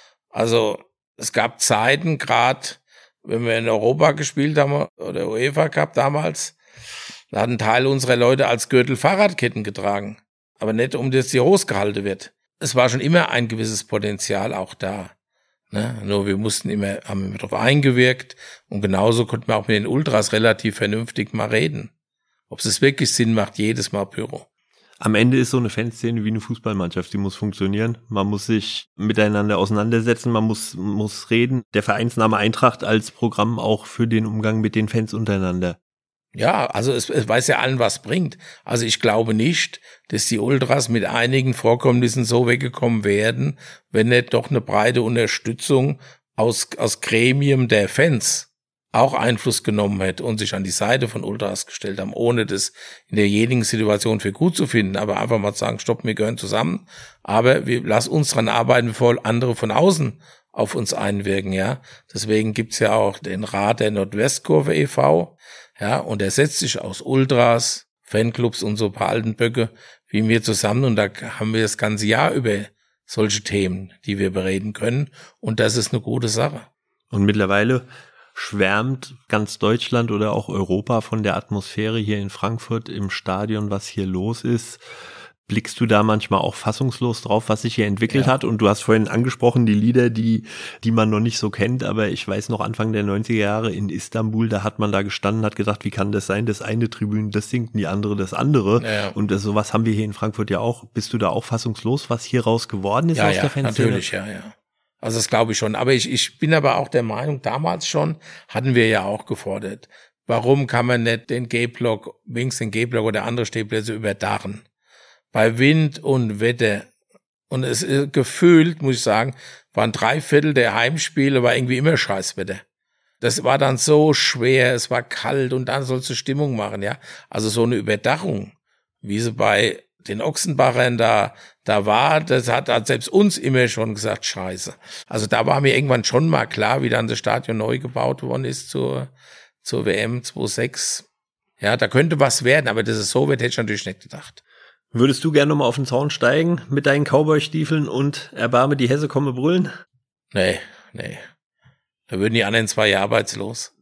S1: Also es gab Zeiten, gerade wenn wir in Europa gespielt haben oder UEFA Cup damals, da hatten Teile unserer Leute als Gürtel Fahrradketten getragen. Aber nicht, um das die Hose gehalten wird. Es war schon immer ein gewisses Potenzial auch da. Ne? Nur wir mussten immer, haben immer darauf eingewirkt und genauso konnten wir auch mit den Ultras relativ vernünftig mal reden. Ob es wirklich Sinn macht, jedes Mal Pyro.
S4: Am Ende ist so eine Fanszene wie eine Fußballmannschaft, die muss funktionieren. Man muss sich miteinander auseinandersetzen, man muss muss reden. Der Vereinsname Eintracht als Programm auch für den Umgang mit den Fans untereinander.
S1: Ja, also es, es weiß ja allen, was bringt. Also ich glaube nicht, dass die Ultras mit einigen Vorkommnissen so weggekommen werden, wenn nicht doch eine breite Unterstützung aus aus Gremien der Fans auch Einfluss genommen hätte und sich an die Seite von Ultras gestellt haben, ohne das in derjenigen Situation für gut zu finden, aber einfach mal sagen, stopp, wir gehören zusammen, aber wir lass uns dran arbeiten, bevor andere von außen auf uns einwirken, ja. Deswegen gibt's ja auch den Rat der Nordwestkurve e V, ja, und der setzt sich aus Ultras, Fanclubs und so ein paar alten Böcke wie wir zusammen und da haben wir das ganze Jahr über solche Themen, die wir bereden können und das ist eine gute Sache.
S4: Und mittlerweile schwärmt ganz Deutschland oder auch Europa von der Atmosphäre hier in Frankfurt im Stadion, was hier los ist. Blickst du da manchmal auch fassungslos drauf, was sich hier entwickelt ja. hat? Und du hast vorhin angesprochen, die Lieder, die die man noch nicht so kennt, aber ich weiß noch, Anfang der neunziger Jahre in Istanbul, da hat man da gestanden, hat gedacht, wie kann das sein? Das eine Tribüne, das singt, die andere das andere. Ja. Und das, sowas haben wir hier in Frankfurt ja auch. Bist du da auch fassungslos, was hier raus geworden ist
S1: ja,
S4: aus
S1: ja,
S4: der Fanszene?
S1: Natürlich, ja, ja. Also das glaube ich schon. Aber ich, ich bin aber auch der Meinung, damals schon hatten wir ja auch gefordert. Warum kann man nicht den G-Block, wenigstens den G-Block oder andere Stehplätze überdachen? Bei Wind und Wetter. Und es ist gefühlt, muss ich sagen, waren drei Viertel der Heimspiele, war irgendwie immer Scheißwetter. Das war dann so schwer, es war kalt und dann sollst du Stimmung machen, ja. Also so eine Überdachung, wie sie bei den Ochsenbachern da, da war, das hat, hat selbst uns immer schon gesagt, scheiße. Also da war mir irgendwann schon mal klar, wie dann das Stadion neu gebaut worden ist zur, zur W M zweitausendsechs. Ja, da könnte was werden, aber dass es so wird, hätte ich natürlich nicht gedacht.
S4: Würdest du gerne nochmal auf den Zaun steigen mit deinen Cowboy-Stiefeln und erbarme die Hesse komme brüllen?
S1: Nee, nee. Da würden die anderen zwei Jahre arbeitslos.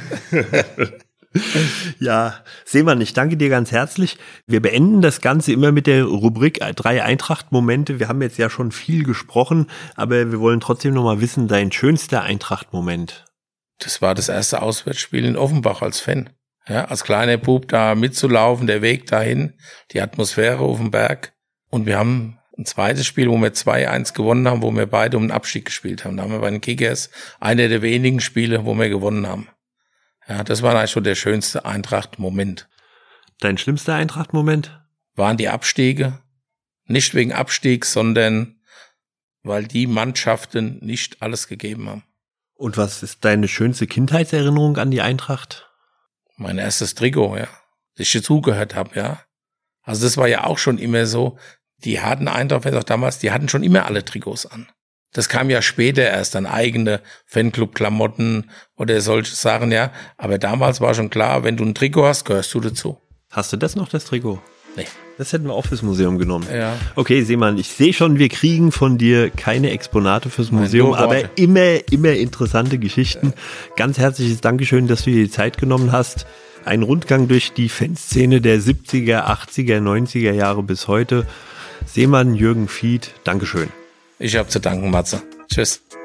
S4: Ja, Seemann, ich danke dir ganz herzlich. Wir beenden das Ganze immer mit der Rubrik drei Eintracht-Momente. Wir haben jetzt ja schon viel gesprochen, aber wir wollen trotzdem noch mal wissen, dein schönster Eintracht-Moment.
S1: Das war das erste Auswärtsspiel in Offenbach als Fan. Ja, als kleiner Bub da mitzulaufen, der Weg dahin, die Atmosphäre auf dem Berg. Und wir haben ein zweites Spiel, wo wir zwei eins gewonnen haben, wo wir beide um den Abstieg gespielt haben. Da haben wir bei den Kickers einer der wenigen Spiele, wo wir gewonnen haben. Ja, das war eigentlich schon der schönste Eintracht-Moment.
S4: Dein schlimmster Eintracht-Moment?
S1: Waren die Abstiege. Nicht wegen Abstieg, sondern weil die Mannschaften nicht alles gegeben haben.
S4: Und was ist deine schönste Kindheitserinnerung an die Eintracht?
S1: Mein erstes Trikot, ja. Dass ich dazugehört habe, ja. Also das war ja auch schon immer so, die hatten Eintracht, auch damals, die hatten schon immer alle Trikots an. Das kam ja später erst, dann eigene Fanclub-Klamotten oder solche Sachen, ja. Aber damals war schon klar, wenn du ein Trikot hast, gehörst du dazu.
S4: Hast du das noch, das Trikot?
S1: Nee.
S4: Das hätten wir auch fürs Museum genommen.
S1: Ja.
S4: Okay, Seemann, ich sehe schon, wir kriegen von dir keine Exponate fürs Museum,
S1: Nein,
S4: aber immer, immer interessante Geschichten. Ja. Ganz herzliches Dankeschön, dass du dir die Zeit genommen hast. Ein Rundgang durch die Fanszene der siebziger, achtziger, neunziger Jahre bis heute. Seemann, Jürgen Fied, Dankeschön.
S1: Ich habe zu danken, Matze. Tschüss.